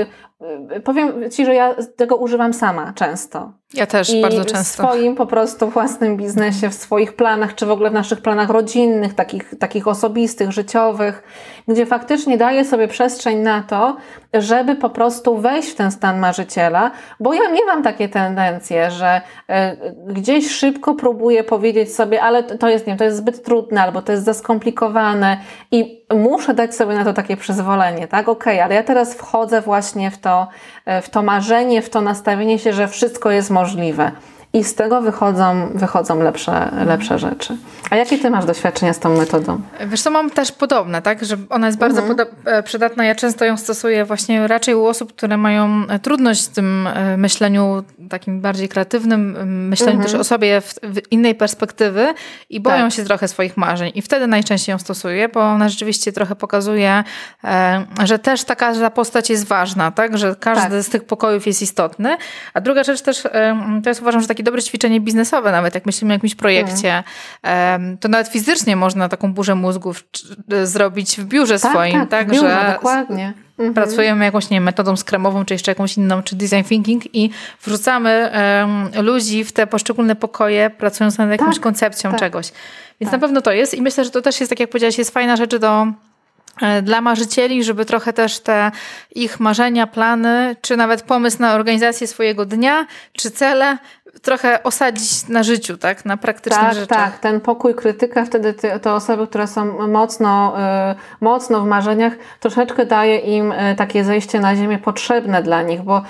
e, powiem Ci, że ja tego używam sama często. Ja też I bardzo często. w swoim po prostu własnym biznesie, w swoich planach, czy w ogóle w naszych planach rodzinnych, takich, takich osobistych, życiowych, gdzie faktycznie daję sobie przestrzeń na to, żeby po prostu wejść w ten stan marzyciela, bo ja miewam takie tendencje, że y, gdzieś szybko próbuję powiedzieć sobie, ale to jest, nie wiem, to jest zbyt trudne, albo to jest za skomplikowane i muszę dać sobie na to takie przyzwolenie, tak? Okej, okay, ale ja teraz wchodzę właśnie w to, w to marzenie, w to nastawienie się, że wszystko jest możliwe. I z tego wychodzą, wychodzą lepsze, lepsze rzeczy. A jakie Ty masz doświadczenia z tą metodą? Wiesz co, mam też podobne, tak? Że ona jest bardzo mhm. poda- przydatna. Ja często ją stosuję właśnie raczej u osób, które mają trudność z tym myśleniu takim bardziej kreatywnym, myśleniu mhm. też o sobie w, w innej perspektywy i boją tak. się trochę swoich marzeń. I wtedy najczęściej ją stosuję, bo ona rzeczywiście trochę pokazuje, e, że też taka że ta postać jest ważna, tak? Że każdy tak. z tych pokojów jest istotny. A druga rzecz też, e, to jest uważam, że takie dobre ćwiczenie biznesowe, nawet jak myślimy o jakimś projekcie, mm. to nawet fizycznie można taką burzę mózgów zrobić w biurze tak, swoim, tak, tak biurze, że dokładnie. Mhm. pracujemy jakąś, nie wiem, metodą scrumową, czy jeszcze jakąś inną, czy design thinking i wrzucamy um, ludzi w te poszczególne pokoje, pracując nad jakąś tak, koncepcją tak. czegoś. Więc tak. na pewno to jest i myślę, że to też jest, tak jak powiedziałaś, jest fajna rzecz do dla marzycieli, żeby trochę też te ich marzenia, plany, czy nawet pomysł na organizację swojego dnia, czy cele trochę osadzić na życiu, tak? Na praktycznych tak, rzeczach. Tak, ten pokój krytyka, wtedy ty, te osoby, które są mocno, y, mocno w marzeniach, troszeczkę daje im y, takie zejście na ziemię potrzebne dla nich, bo y,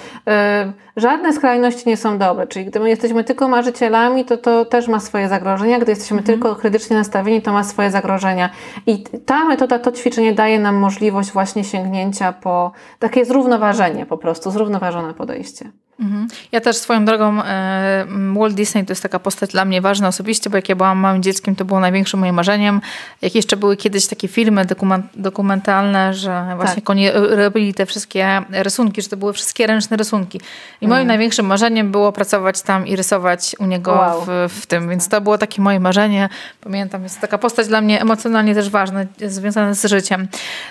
żadne skrajności nie są dobre, czyli gdy my jesteśmy tylko marzycielami, to to też ma swoje zagrożenia, gdy jesteśmy mhm. tylko krytycznie nastawieni, to ma swoje zagrożenia. I ta metoda, to ćwiczenie daje nam możliwość właśnie sięgnięcia po takie zrównoważenie po prostu, zrównoważone podejście. Mhm. Ja też swoją drogą e, Walt Disney to jest taka postać dla mnie ważna osobiście, bo jak ja byłam małym dzieckiem, to było największym moim marzeniem. Jak jeszcze były kiedyś takie filmy dokument, dokumentalne, że właśnie tak. oni robili te wszystkie rysunki, że to były wszystkie ręczne rysunki. I moim mm. największym marzeniem było pracować tam i rysować u niego wow. w, w tym. Więc to było takie moje marzenie. Pamiętam, jest taka postać dla mnie emocjonalnie też ważna, związana z życiem.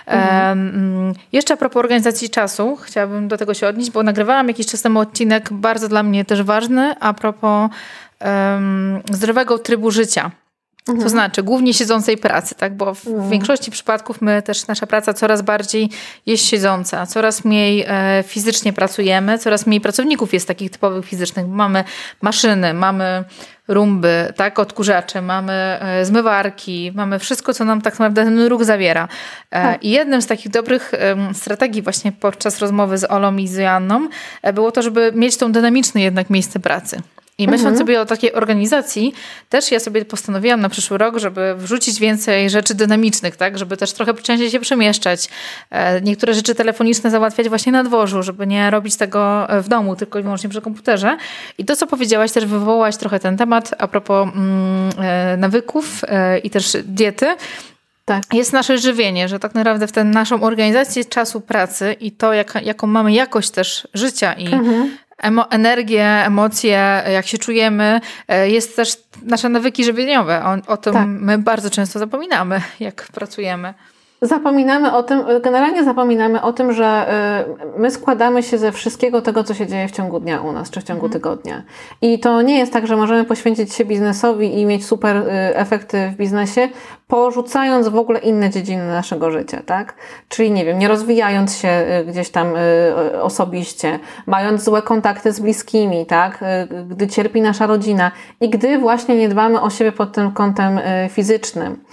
Mm. E, jeszcze a propos organizacji czasu, chciałabym do tego się odnieść, bo nagrywałam jakiś czas temu odcinek bardzo dla mnie też ważny a propos um, zdrowego trybu życia. Mhm. To znaczy głównie siedzącej pracy, tak? Bo w mhm. większości przypadków my też, nasza praca coraz bardziej jest siedząca, coraz mniej e, fizycznie pracujemy, coraz mniej pracowników jest takich typowych fizycznych. Mamy maszyny, mamy rumby, tak, odkurzacze, mamy e, zmywarki, mamy wszystko, co nam tak naprawdę ten ruch zawiera. E, tak. I jednym z takich dobrych e, strategii właśnie podczas rozmowy z Olą i z Joanną e, było to, żeby mieć tą dynamiczne jednak miejsce pracy. I myśląc mhm. sobie o takiej organizacji, też ja sobie postanowiłam na przyszły rok, żeby wrzucić więcej rzeczy dynamicznych, tak, żeby też trochę częściej się przemieszczać. E, niektóre rzeczy telefoniczne załatwiać właśnie na dworzu, żeby nie robić tego w domu, tylko i wyłącznie przy komputerze. I to, co powiedziałaś, też wywołałaś trochę ten temat a propos mm, e, nawyków e, i też diety. Tak. Jest nasze żywienie, że tak naprawdę w tę naszą organizację czasu pracy i to, jak, jaką mamy jakość też życia i mhm. emo- energię, emocje, jak się czujemy, jest też nasze nawyki żywieniowe. O, o tym tak. my bardzo często zapominamy, jak pracujemy. Zapominamy o tym, generalnie zapominamy o tym, że my składamy się ze wszystkiego tego, co się dzieje w ciągu dnia u nas, czy w ciągu mhm. tygodnia. I to nie jest tak, że możemy poświęcić się biznesowi i mieć super efekty w biznesie, porzucając w ogóle inne dziedziny naszego życia, tak? Czyli nie wiem, nie rozwijając się gdzieś tam osobiście, mając złe kontakty z bliskimi, tak? Gdy cierpi nasza rodzina i gdy właśnie nie dbamy o siebie pod tym kątem fizycznym.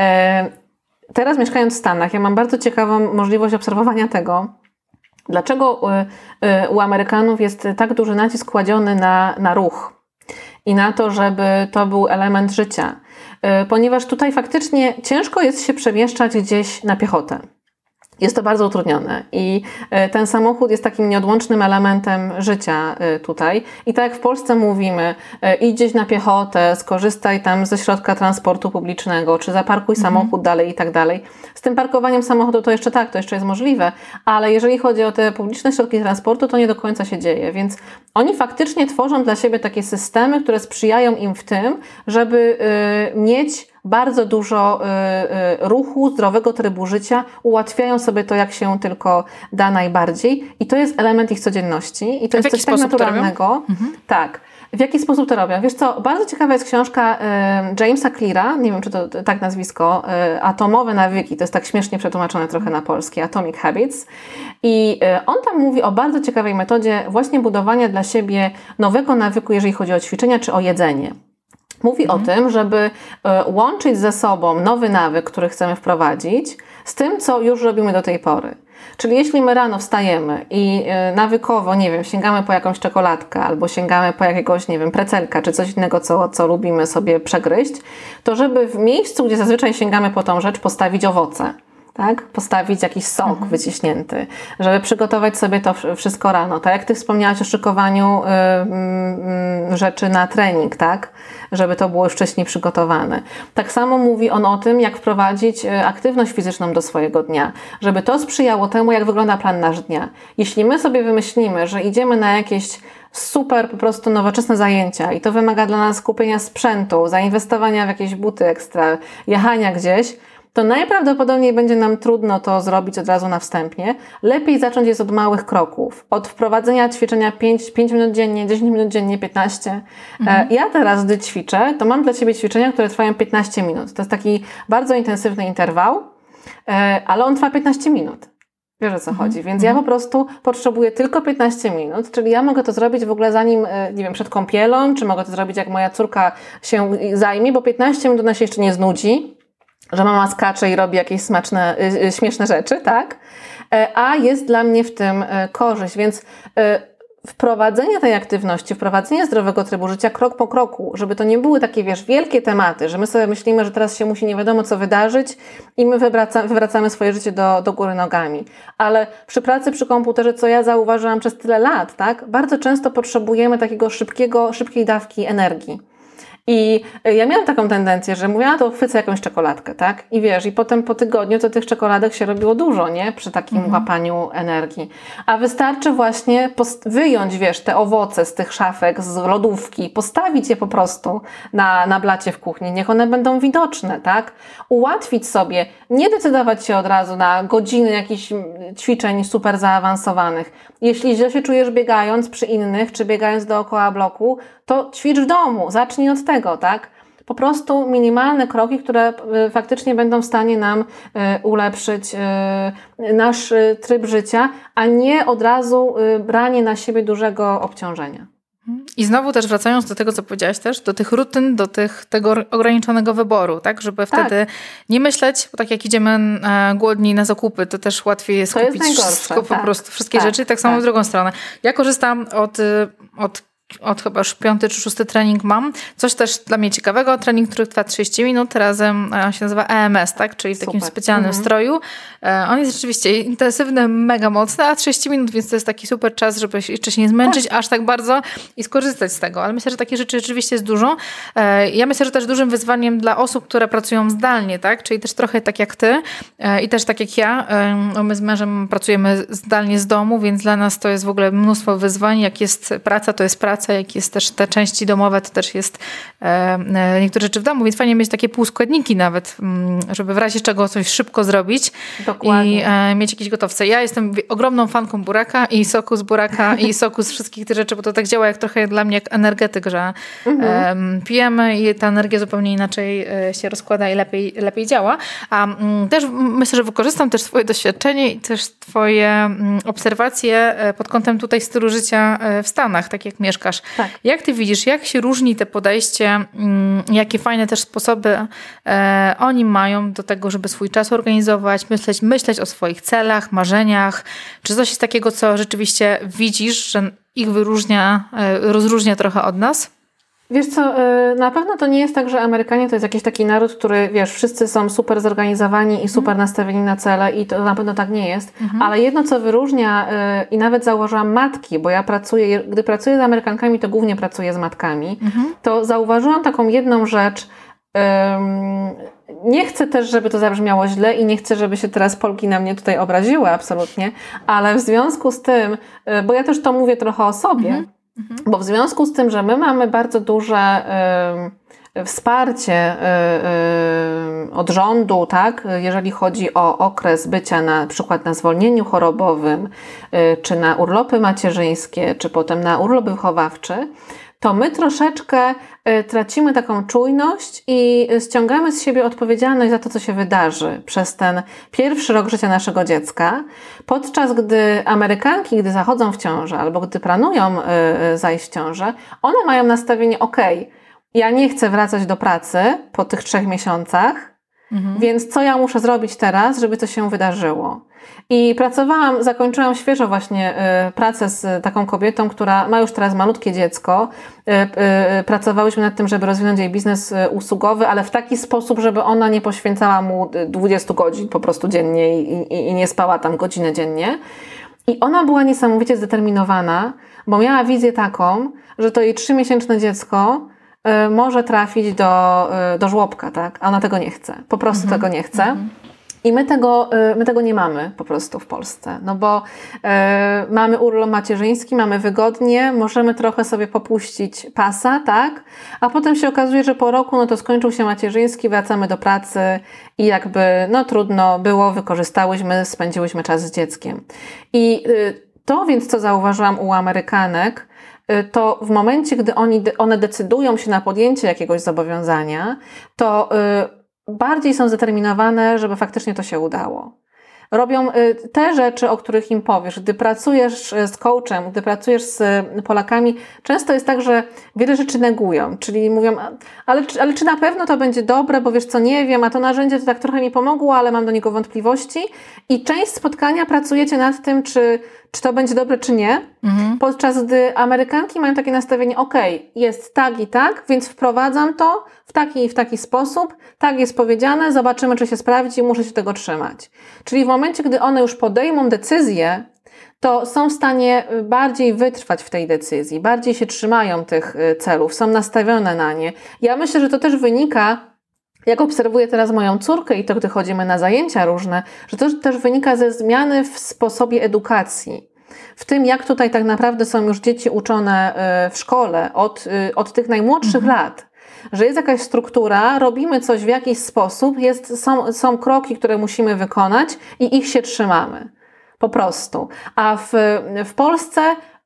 Teraz mieszkając w Stanach, ja mam bardzo ciekawą możliwość obserwowania tego, dlaczego u Amerykanów jest tak duży nacisk kładziony na, na ruch i na to, żeby to był element życia. Ponieważ tutaj faktycznie ciężko jest się przemieszczać gdzieś na piechotę. Jest to bardzo utrudnione i ten samochód jest takim nieodłącznym elementem życia tutaj. I tak jak w Polsce mówimy, idź gdzieś na piechotę, skorzystaj tam ze środka transportu publicznego, czy zaparkuj mhm. samochód dalej i tak dalej. Z tym parkowaniem samochodu to jeszcze tak, to jeszcze jest możliwe, ale jeżeli chodzi o te publiczne środki transportu, to nie do końca się dzieje. Więc oni faktycznie tworzą dla siebie takie systemy, które sprzyjają im w tym, żeby yy, mieć bardzo dużo y, y, ruchu, zdrowego trybu życia, ułatwiają sobie to, jak się tylko da najbardziej. I to jest element ich codzienności. I to jest coś tak naturalnego. Mhm. Tak. W jaki sposób to robią? Wiesz co, bardzo ciekawa jest książka y, Jamesa Cleara, nie wiem, czy to tak nazwisko, y, Atomowe nawyki, to jest tak śmiesznie przetłumaczone trochę na polski, Atomic Habits. I y, on tam mówi o bardzo ciekawej metodzie właśnie budowania dla siebie nowego nawyku, jeżeli chodzi o ćwiczenia czy o jedzenie. Mówi mhm. o tym, żeby łączyć ze sobą nowy nawyk, który chcemy wprowadzić, z tym, co już robimy do tej pory. Czyli jeśli my rano wstajemy i nawykowo, nie wiem, sięgamy po jakąś czekoladkę albo sięgamy po jakiegoś, nie wiem, precelka czy coś innego, co, co lubimy sobie przegryźć, to żeby w miejscu, gdzie zazwyczaj sięgamy po tą rzecz, postawić owoce. Tak? Postawić jakiś sok mhm. wyciśnięty, żeby przygotować sobie to wszystko rano. Tak jak Ty wspomniałaś o szykowaniu y, y, rzeczy na trening, tak? Żeby to było już wcześniej przygotowane. Tak samo mówi on o tym, jak wprowadzić aktywność fizyczną do swojego dnia, żeby to sprzyjało temu, jak wygląda plan nasz dnia. Jeśli my sobie wymyślimy, że idziemy na jakieś super po prostu nowoczesne zajęcia i to wymaga dla nas kupienia sprzętu, zainwestowania w jakieś buty ekstra, jechania gdzieś, to najprawdopodobniej będzie nam trudno to zrobić od razu na wstępie. Lepiej zacząć jest od małych kroków. Od wprowadzenia ćwiczenia pięć, pięć minut dziennie, dziesięć minut dziennie, piętnaście. Mhm. Ja teraz, gdy ćwiczę, to mam dla Ciebie ćwiczenia, które trwają piętnaście minut. To jest taki bardzo intensywny interwał, ale on trwa piętnaście minut. Wiesz, o co Mhm. chodzi. Więc Mhm. ja po prostu potrzebuję tylko piętnaście minut, czyli ja mogę to zrobić w ogóle zanim, e, nie wiem, przed kąpielą, czy mogę to zrobić jak moja córka się zajmie, bo piętnaście minut ona się jeszcze nie znudzi, że mama skacze i robi jakieś smaczne, y, y, śmieszne rzeczy, tak? E, a jest dla mnie w tym e, korzyść, więc e, wprowadzenie tej aktywności, wprowadzenie zdrowego trybu życia krok po kroku, żeby to nie były takie, wiesz, wielkie tematy, że my sobie myślimy, że teraz się musi nie wiadomo co wydarzyć i my wywraca, wywracamy swoje życie do, do góry nogami. Ale przy pracy przy komputerze, co ja zauważyłam przez tyle lat, tak, bardzo często potrzebujemy takiego szybkiego, szybkiej dawki energii. I ja miałam taką tendencję, że mówiłam, to chwycę jakąś czekoladkę, tak? I wiesz, i potem po tygodniu to tych czekoladek się robiło dużo, nie? Przy takim Mhm. łapaniu energii. A wystarczy właśnie post- wyjąć, wiesz, te owoce z tych szafek, z lodówki, postawić je po prostu na, na blacie w kuchni. Niech one będą widoczne, tak? Ułatwić sobie, nie decydować się od razu na godziny jakichś ćwiczeń super zaawansowanych. Jeśli źle się czujesz biegając przy innych, czy biegając dookoła bloku, to ćwicz w domu, zacznij od tego, tak? Po prostu minimalne kroki, które y, faktycznie będą w stanie nam y, ulepszyć y, nasz y, tryb życia, a nie od razu y, branie na siebie dużego obciążenia. I znowu też wracając do tego, co powiedziałaś też, do tych rutyn, do tych, tego ograniczonego wyboru, tak? Żeby wtedy tak. nie myśleć, bo tak jak idziemy e, głodni na zakupy, to też łatwiej jest to kupić jest wszystko, tak. po prostu wszystkie tak. rzeczy. Tak samo tak. w drugą stronę. Ja korzystam od, od od chyba już piąty czy szósty trening mam. Coś też dla mnie ciekawego, trening, który trwa trzydzieści minut, razem on się nazywa E M S, tak? Czyli w takim Super. specjalnym mhm. stroju. On jest rzeczywiście intensywny, mega mocny, a trzydzieści minut, więc to jest taki super czas, żeby jeszcze się nie zmęczyć tak. aż tak bardzo i skorzystać z tego. Ale myślę, że takie rzeczy rzeczywiście jest dużo. Ja myślę, że też dużym wyzwaniem dla osób, które pracują zdalnie, tak? Czyli też trochę tak jak ty i też tak jak ja. My z mężem pracujemy zdalnie z domu, więc dla nas to jest w ogóle mnóstwo wyzwań. Jak jest praca, to jest praca. Jak jest też te części domowe, to też jest e, niektóre rzeczy w domu, więc fajnie mieć takie półskładniki nawet, żeby w razie czego coś szybko zrobić. Dokładnie. I e, mieć jakieś gotowce. Ja jestem ogromną fanką buraka i soku z buraka i soku z wszystkich tych rzeczy, bo to tak działa jak trochę dla mnie jak energetyk, że mhm. e, pijemy i ta energia zupełnie inaczej e, się rozkłada i lepiej, lepiej działa. A m, też myślę, że wykorzystam też twoje doświadczenie i też twoje m, obserwacje pod kątem tutaj stylu życia w Stanach, tak jak mieszkasz. Tak. Jak ty widzisz, jak się różni te podejście, jakie fajne też sposoby e, oni mają do tego, żeby swój czas organizować, myśleć, myśleć o swoich celach, marzeniach? Czy coś jest takiego, co rzeczywiście widzisz, że ich wyróżnia, e, rozróżnia trochę od nas? Wiesz co, na pewno to nie jest tak, że Amerykanie to jest jakiś taki naród, który, wiesz, wszyscy są super zorganizowani i super nastawieni na cele i to na pewno tak nie jest, mhm. ale jedno, co wyróżnia i nawet zauważyłam matki, bo ja pracuję, gdy pracuję z Amerykankami, to głównie pracuję z matkami, mhm. to zauważyłam taką jedną rzecz. Um, nie chcę też, żeby to zabrzmiało źle i nie chcę, żeby się teraz Polki na mnie tutaj obraziły, absolutnie, ale w związku z tym, bo ja też to mówię trochę o sobie, mhm. bo w związku z tym, że my mamy bardzo duże y, wsparcie y, y, od rządu, tak, jeżeli chodzi o okres bycia na przykład na zwolnieniu chorobowym, y, czy na urlopy macierzyńskie, czy potem na urlop wychowawczy, to my troszeczkę y, tracimy taką czujność i ściągamy z siebie odpowiedzialność za to, co się wydarzy przez ten pierwszy rok życia naszego dziecka, podczas gdy Amerykanki, gdy zachodzą w ciążę albo gdy planują y, y, zajść w ciążę, one mają nastawienie, okej, okay, ja nie chcę wracać do pracy po tych trzech miesiącach, mhm. więc co ja muszę zrobić teraz, żeby to się wydarzyło? I pracowałam, zakończyłam świeżo właśnie y, pracę z taką kobietą, która ma już teraz malutkie dziecko. Y, y, pracowałyśmy nad tym, żeby rozwinąć jej biznes y, usługowy, ale w taki sposób, żeby ona nie poświęcała mu dwadzieścia godzin po prostu dziennie i, i, i nie spała tam godzinę dziennie. I ona była niesamowicie zdeterminowana, bo miała wizję taką, że to jej trzymiesięczne dziecko y, może trafić do, y, do żłobka, tak? A ona tego nie chce. Po prostu mhm. tego nie chce. Mhm. I my tego, my tego nie mamy po prostu w Polsce, no bo e, mamy urlop macierzyński, mamy wygodnie, możemy trochę sobie popuścić pasa, tak? A potem się okazuje, że po roku, no to skończył się macierzyński, wracamy do pracy i jakby, no trudno było, wykorzystałyśmy, spędziłyśmy czas z dzieckiem. I y, to więc, co zauważyłam u Amerykanek, y, to w momencie, gdy oni, one decydują się na podjęcie jakiegoś zobowiązania, to y, bardziej są zdeterminowane, żeby faktycznie to się udało. robią te rzeczy, o których im powiesz. Gdy pracujesz z coachem, gdy pracujesz z Polakami, często jest tak, że wiele rzeczy negują, czyli mówią, ale, ale czy na pewno to będzie dobre, bo wiesz co, nie wiem, a to narzędzie to tak trochę mi pomogło, ale mam do niego wątpliwości. I część spotkania pracujecie nad tym, czy, czy to będzie dobre, czy nie. Mhm. Podczas gdy Amerykanki mają takie nastawienie, ok, jest tak i tak, więc wprowadzam to w taki i w taki sposób, tak jest powiedziane, zobaczymy, czy się sprawdzi, muszę się tego trzymać. Czyli w momencie, gdy one już podejmą decyzję, to są w stanie bardziej wytrwać w tej decyzji, bardziej się trzymają tych celów, są nastawione na nie. Ja myślę, że to też wynika, jak obserwuję teraz moją córkę i to, gdy chodzimy na zajęcia różne, że to też wynika ze zmiany w sposobie edukacji. W tym, jak tutaj tak naprawdę są już dzieci uczone w szkole od, od tych najmłodszych mhm. lat. Że jest jakaś struktura, robimy coś w jakiś sposób, jest, są, są kroki, które musimy wykonać i ich się trzymamy. Po prostu. A w, w Polsce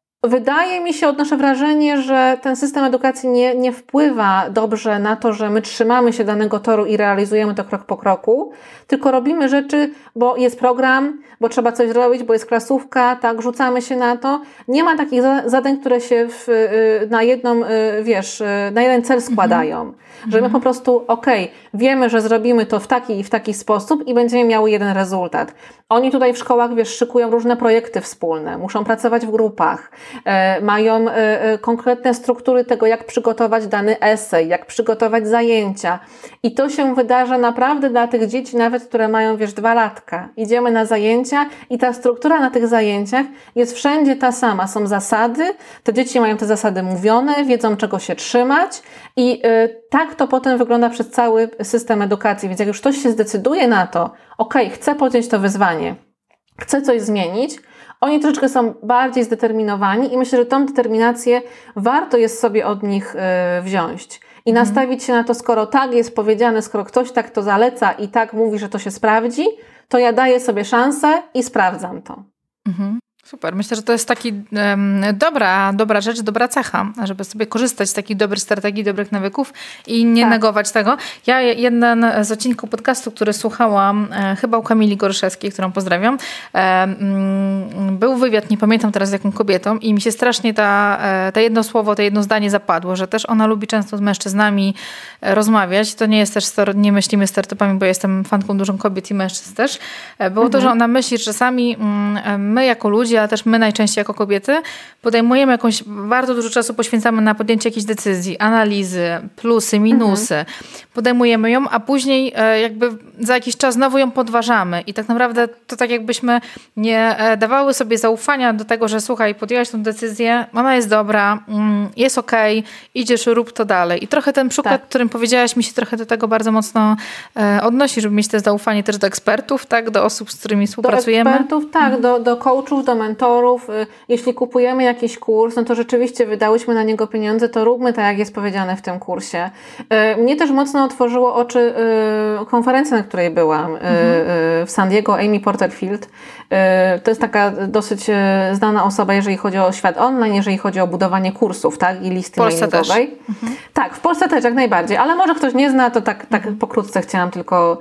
wydaje mi się, odnoszę wrażenie, że ten system edukacji nie, nie wpływa dobrze na to, że my trzymamy się danego toru i realizujemy to krok po kroku, tylko robimy rzeczy, bo jest program, bo trzeba coś zrobić, bo jest klasówka, tak, rzucamy się na to. Nie ma takich zadań, które się w, na jedną, wiesz, na jeden cel składają. Mhm. Że my po prostu, okej, okay, wiemy, że zrobimy to w taki i w taki sposób i będziemy miały jeden rezultat. Oni tutaj w szkołach, wiesz, szykują różne projekty wspólne, muszą pracować w grupach, e, mają e, konkretne struktury tego, jak przygotować dany esej, jak przygotować zajęcia. I to się wydarza naprawdę dla tych dzieci, nawet które mają, wiesz, dwa latka. Idziemy na zajęcia i ta struktura na tych zajęciach jest wszędzie ta sama. Są zasady, te dzieci mają te zasady mówione, wiedzą, czego się trzymać i e, tak to potem wygląda przez cały system edukacji. Więc jak już ktoś się zdecyduje na to, okej, okay, chcę podjąć to wyzwanie, chcę coś zmienić, oni troszeczkę są bardziej zdeterminowani i myślę, że tą determinację warto jest sobie od nich y, wziąć. I mhm. nastawić się na to, skoro tak jest powiedziane, skoro ktoś tak to zaleca i tak mówi, że to się sprawdzi, to ja daję sobie szansę i sprawdzam to. Mhm. Super. Myślę, że to jest taki um, dobra, dobra rzecz, dobra cecha, żeby sobie korzystać z takich dobrych strategii, dobrych nawyków i nie tak. negować tego. Ja jeden z odcinków podcastu, który słuchałam, e, chyba u Kamili Goryszewskiej, którą pozdrawiam, e, m, był wywiad, nie pamiętam teraz z jaką kobietą i mi się strasznie ta, e, to jedno słowo, to jedno zdanie zapadło, że też ona lubi często z mężczyznami rozmawiać. To nie jest też, nie myślimy stereotypami, bo jestem fanką dużą kobiet i mężczyzn też. Było mhm. to, że ona myśli, że czasami mm, my jako ludzie, ale też my najczęściej jako kobiety podejmujemy jakąś, bardzo dużo czasu poświęcamy na podjęcie jakiejś decyzji, analizy, plusy, minusy. Mhm. Podejmujemy ją, a później jakby za jakiś czas znowu ją podważamy. I tak naprawdę to tak jakbyśmy nie dawały sobie zaufania do tego, że słuchaj, podjęłaś tę decyzję, ona jest dobra, jest okej, okay, idziesz, rób to dalej. I trochę ten przykład, tak. którym powiedziałaś, mi się trochę do tego bardzo mocno odnosi, żeby mieć to zaufanie też do ekspertów, tak, do osób, z którymi współpracujemy. Do ekspertów, tak, mhm. do, do coachów, do mentorów. Jeśli kupujemy jakiś kurs, no to rzeczywiście wydałyśmy na niego pieniądze, to róbmy tak, jak jest powiedziane w tym kursie. Mnie też mocno otworzyło oczy konferencja, na której byłam mhm. w San Diego, Amy Porterfield. To jest taka dosyć znana osoba, jeżeli chodzi o świat online, jeżeli chodzi o budowanie kursów, tak, i listy mailingowej. Mhm. Tak, w Polsce też jak najbardziej, ale może ktoś nie zna, to tak, tak pokrótce chciałam tylko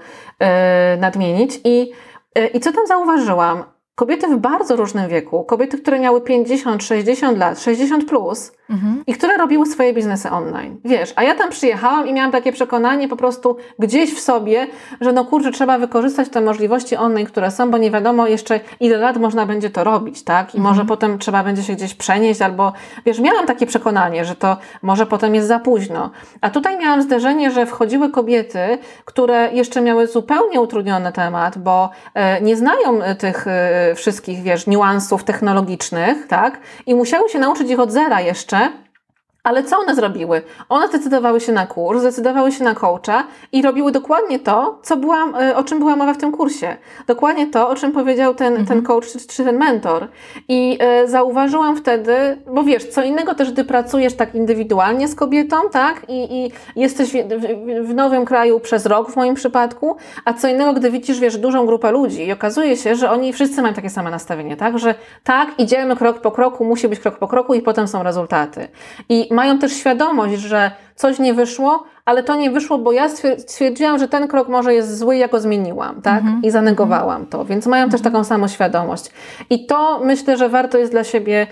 nadmienić. I, i co tam zauważyłam? Kobiety w bardzo różnym wieku, kobiety, które miały pięćdziesiąt, sześćdziesiąt lat, sześćdziesiąt plus mhm. i które robiły swoje biznesy online. Wiesz, a ja tam przyjechałam i miałam takie przekonanie po prostu gdzieś w sobie, że no kurczę, trzeba wykorzystać te możliwości online, które są, bo nie wiadomo jeszcze ile lat można będzie to robić, tak? I mhm. może potem trzeba będzie się gdzieś przenieść albo, wiesz, miałam takie przekonanie, że to może potem jest za późno. A tutaj miałam zderzenie, że wchodziły kobiety, które jeszcze miały zupełnie utrudniony temat, bo e, nie znają tych e, wszystkich, wiesz, niuansów technologicznych, tak? I musiały się nauczyć ich od zera jeszcze. Ale co one zrobiły? One zdecydowały się na kurs, zdecydowały się na coacha i robiły dokładnie to, co była, o czym była mowa w tym kursie. Dokładnie to, o czym powiedział ten, mhm. ten coach czy, czy ten mentor. I e, zauważyłam wtedy, bo wiesz, co innego też, gdy pracujesz tak indywidualnie z kobietą, tak? I, i jesteś w, w, w nowym kraju przez rok w moim przypadku, a co innego, gdy widzisz, wiesz, dużą grupę ludzi i okazuje się, że oni wszyscy mają takie same nastawienie, tak? Że tak, idziemy krok po kroku, musi być krok po kroku i potem są rezultaty. I mają też świadomość, że coś nie wyszło, ale to nie wyszło, bo ja stwierdziłam, że ten krok może jest zły, ja go zmieniłam, tak? Mhm. I zanegowałam to, więc mają mhm. też taką samoświadomość. I to myślę, że warto jest dla siebie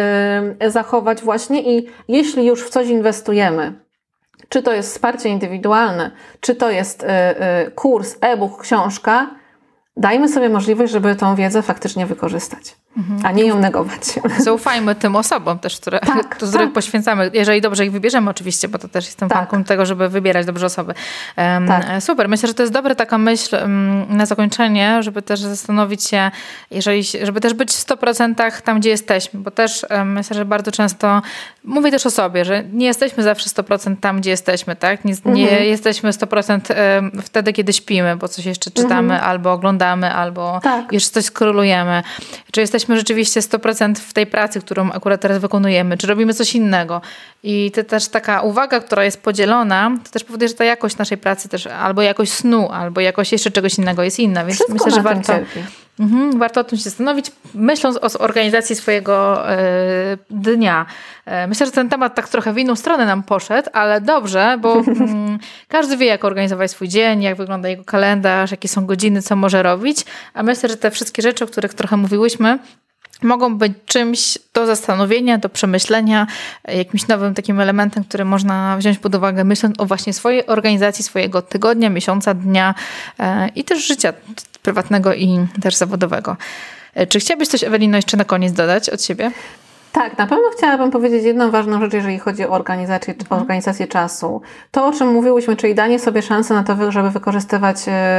y, zachować właśnie i jeśli już w coś inwestujemy, czy to jest wsparcie indywidualne, czy to jest y, y, kurs, e-book, książka, dajmy sobie możliwość, żeby tą wiedzę faktycznie wykorzystać, mhm. a nie ją negować. Zaufajmy tym osobom też, które, tak, których tak. poświęcamy, jeżeli dobrze ich wybierzemy oczywiście, bo to też jestem tak. fanką tego, żeby wybierać dobrze osoby. Um, tak. Super, myślę, że to jest dobra taka myśl um, na zakończenie, żeby też zastanowić się, jeżeli, żeby też być w sto procent tam, gdzie jesteśmy, bo też um, myślę, że bardzo często mówię też o sobie, że nie jesteśmy zawsze sto procent tam, gdzie jesteśmy, tak? Nie, nie mhm. jesteśmy sto procent um, wtedy, kiedy śpimy, bo coś jeszcze czytamy mhm. albo oglądamy, albo tak. jeszcze coś skrolujemy. Czy jesteśmy rzeczywiście sto procent w tej pracy, którą akurat teraz wykonujemy, czy robimy coś innego. I to też taka uwaga, która jest podzielona, to też powoduje, że ta jakość naszej pracy też, albo jakość snu, albo jakość jeszcze czegoś innego jest inna. Więc Wszystko myślę, że na warto, mhm, warto o tym się zastanowić, myśląc o organizacji swojego y, dnia. Y, myślę, że ten temat tak trochę w inną stronę nam poszedł, ale dobrze, bo y, każdy wie, jak organizować swój dzień, jak wygląda jego kalendarz, jakie są godziny, co może robić, a myślę, że te wszystkie rzeczy, o których trochę mówiłyśmy, mogą być czymś do zastanowienia, do przemyślenia, jakimś nowym takim elementem, który można wziąć pod uwagę, myśląc o właśnie swojej organizacji, swojego tygodnia, miesiąca, dnia e, i też życia prywatnego i też zawodowego. E, czy chciałabyś coś, Ewelino, jeszcze na koniec dodać od siebie? Tak, na pewno chciałabym powiedzieć jedną ważną rzecz, jeżeli chodzi o organizację, o organizację czasu. To, o czym mówiłyśmy, czyli danie sobie szansy na to, żeby wykorzystywać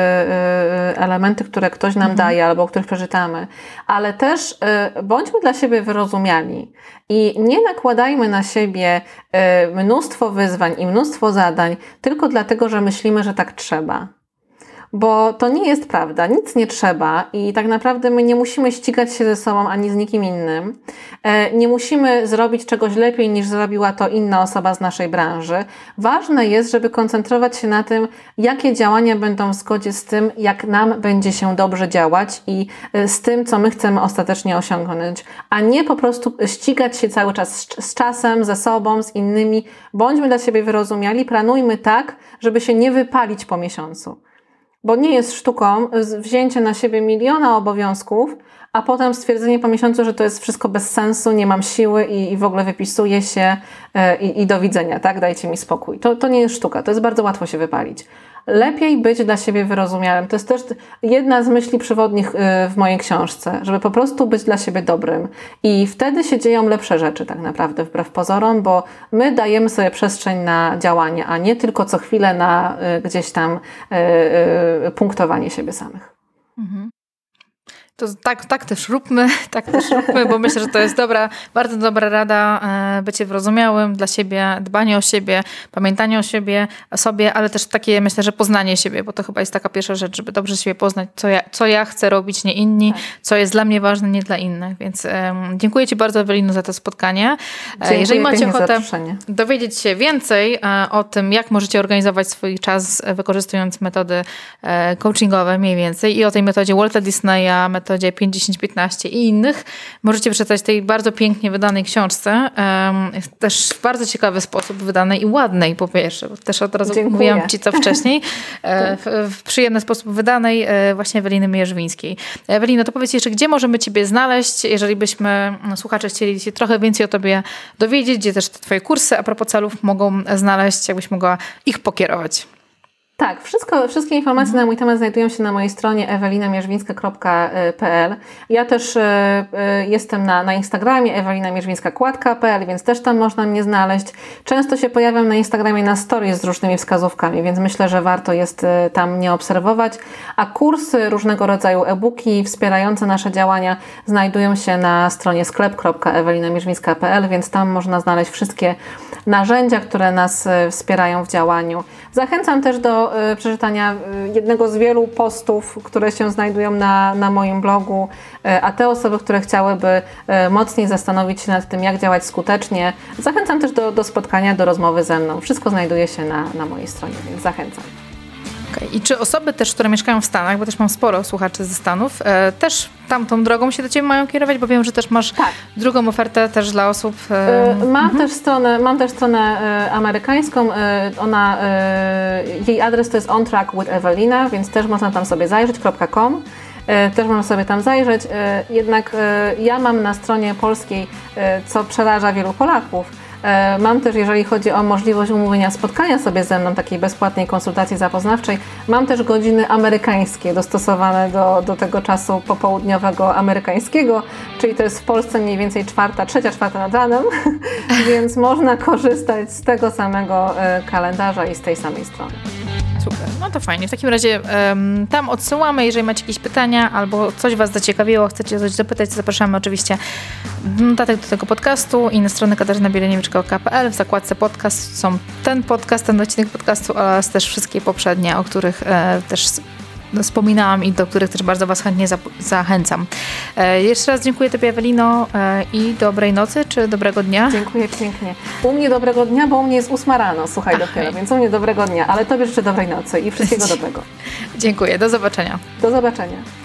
elementy, które ktoś nam mhm. daje albo o których przeczytamy, ale też bądźmy dla siebie wyrozumiali i nie nakładajmy na siebie mnóstwo wyzwań i mnóstwo zadań tylko dlatego, że myślimy, że tak trzeba. Bo to nie jest prawda, nic nie trzeba i tak naprawdę my nie musimy ścigać się ze sobą ani z nikim innym. Nie musimy zrobić czegoś lepiej niż zrobiła to inna osoba z naszej branży. Ważne jest, żeby koncentrować się na tym, jakie działania będą w zgodzie z tym, jak nam będzie się dobrze działać i z tym, co my chcemy ostatecznie osiągnąć, a nie po prostu ścigać się cały czas z czasem, ze sobą, z innymi. Bądźmy dla siebie wyrozumiali, planujmy tak, żeby się nie wypalić po miesiącu. Bo nie jest sztuką wzięcie na siebie miliona obowiązków, a potem stwierdzenie po miesiącu, że to jest wszystko bez sensu, nie mam siły i, i w ogóle wypisuję się i, i do widzenia, tak? Dajcie mi spokój. To, to nie jest sztuka, to jest bardzo łatwo się wypalić. Lepiej być dla siebie wyrozumiałym. To jest też jedna z myśli przewodnich w mojej książce, żeby po prostu być dla siebie dobrym. I wtedy się dzieją lepsze rzeczy tak naprawdę, wbrew pozorom, bo my dajemy sobie przestrzeń na działanie, a nie tylko co chwilę na gdzieś tam punktowanie siebie samych. Mhm. To tak, tak też róbmy, tak też róbmy, bo myślę, że to jest dobra, bardzo dobra rada, bycie wyrozumiałym dla siebie, dbanie o siebie, pamiętanie o siebie, o sobie, ale też takie, myślę, że poznanie siebie, bo to chyba jest taka pierwsza rzecz, żeby dobrze siebie poznać, co ja, co ja chcę robić, nie inni, tak. co jest dla mnie ważne, nie dla innych. Więc um, dziękuję Ci bardzo, Ewelino, za to spotkanie. Dziękuję. Jeżeli macie ochotę dowiedzieć się więcej e, o tym, jak możecie organizować swój czas, e, wykorzystując metody e, coachingowe mniej więcej i o tej metodzie Walta Disneya, metodzie pięć dziesięć piętnaście i innych, możecie przeczytać tej bardzo pięknie wydanej książce. Um, też w bardzo ciekawy sposób wydanej i ładnej, po pierwsze. Bo też od razu Dziękuję. mówiłam Ci co wcześniej. w, w przyjemny sposób wydanej właśnie Eweliny Mierzwińskiej. Ewelino, to powiedz jeszcze, gdzie możemy Ciebie znaleźć, jeżeli byśmy, no, słuchacze, chcieli się trochę więcej o Tobie dowiedzieć, gdzie też te Twoje kursy a propos celów mogą znaleźć, jakbyś mogła ich pokierować. Tak, wszystko, wszystkie informacje mhm. na mój temat znajdują się na mojej stronie ewelina mierzwińska kropka p l. Ja też y, y, jestem na, na Instagramie ewelina mierzwińska kropka p l, więc też tam można mnie znaleźć. Często się pojawiam na Instagramie na stories z różnymi wskazówkami, więc myślę, że warto jest y, tam mnie obserwować. A kursy, różnego rodzaju e-booki wspierające nasze działania znajdują się na stronie sklep kropka ewelina mierzwińska kropka p l, więc tam można znaleźć wszystkie narzędzia, które nas y, wspierają w działaniu. Zachęcam też do przeczytania jednego z wielu postów, które się znajdują na, na moim blogu, a te osoby, które chciałyby mocniej zastanowić się nad tym, jak działać skutecznie, zachęcam też do, do spotkania, do rozmowy ze mną. Wszystko znajduje się na, na mojej stronie, więc zachęcam. Okay. I czy osoby też, które mieszkają w Stanach, bo też mam sporo słuchaczy ze Stanów, e, też tamtą drogą się do Ciebie mają kierować, bo wiem, że też masz tak. drugą ofertę też dla osób... E, mam, mhm. też stronę, mam też stronę e, amerykańską. E, ona, e, jej adres to jest On Track with Ewelina, więc też można tam sobie zajrzeć, .com. E, też można sobie tam zajrzeć. E, jednak e, ja mam na stronie polskiej, e, co przeraża wielu Polaków, mam też, jeżeli chodzi o możliwość umówienia spotkania sobie ze mną, takiej bezpłatnej konsultacji zapoznawczej, mam też godziny amerykańskie dostosowane do, do tego czasu popołudniowego amerykańskiego, czyli to jest w Polsce mniej więcej czwarta, trzecia, czwarta nad ranem, więc można korzystać z tego samego kalendarza i z tej samej strony. Super, no to fajnie. W takim razie um, tam odsyłamy, jeżeli macie jakieś pytania albo coś Was zaciekawiło, chcecie coś zapytać, to zapraszamy oczywiście notatek do tego podcastu i na stronę katarzyna bieleniewicz kropka p l. W zakładce podcast są ten podcast, ten odcinek podcastu oraz też wszystkie poprzednie, o których e, też wspominałam i do których też bardzo Was chętnie zap- zachęcam. E, jeszcze raz dziękuję Tobie, Ewelino, e, i dobrej nocy, czy dobrego dnia. Dziękuję pięknie. U mnie dobrego dnia, bo u mnie jest ósma rano, słuchaj, Ach, dopiero, hej. Więc u mnie dobrego dnia, ale Tobie życzę dobrej nocy i wszystkiego dobrego. Dziękuję, do zobaczenia. Do zobaczenia.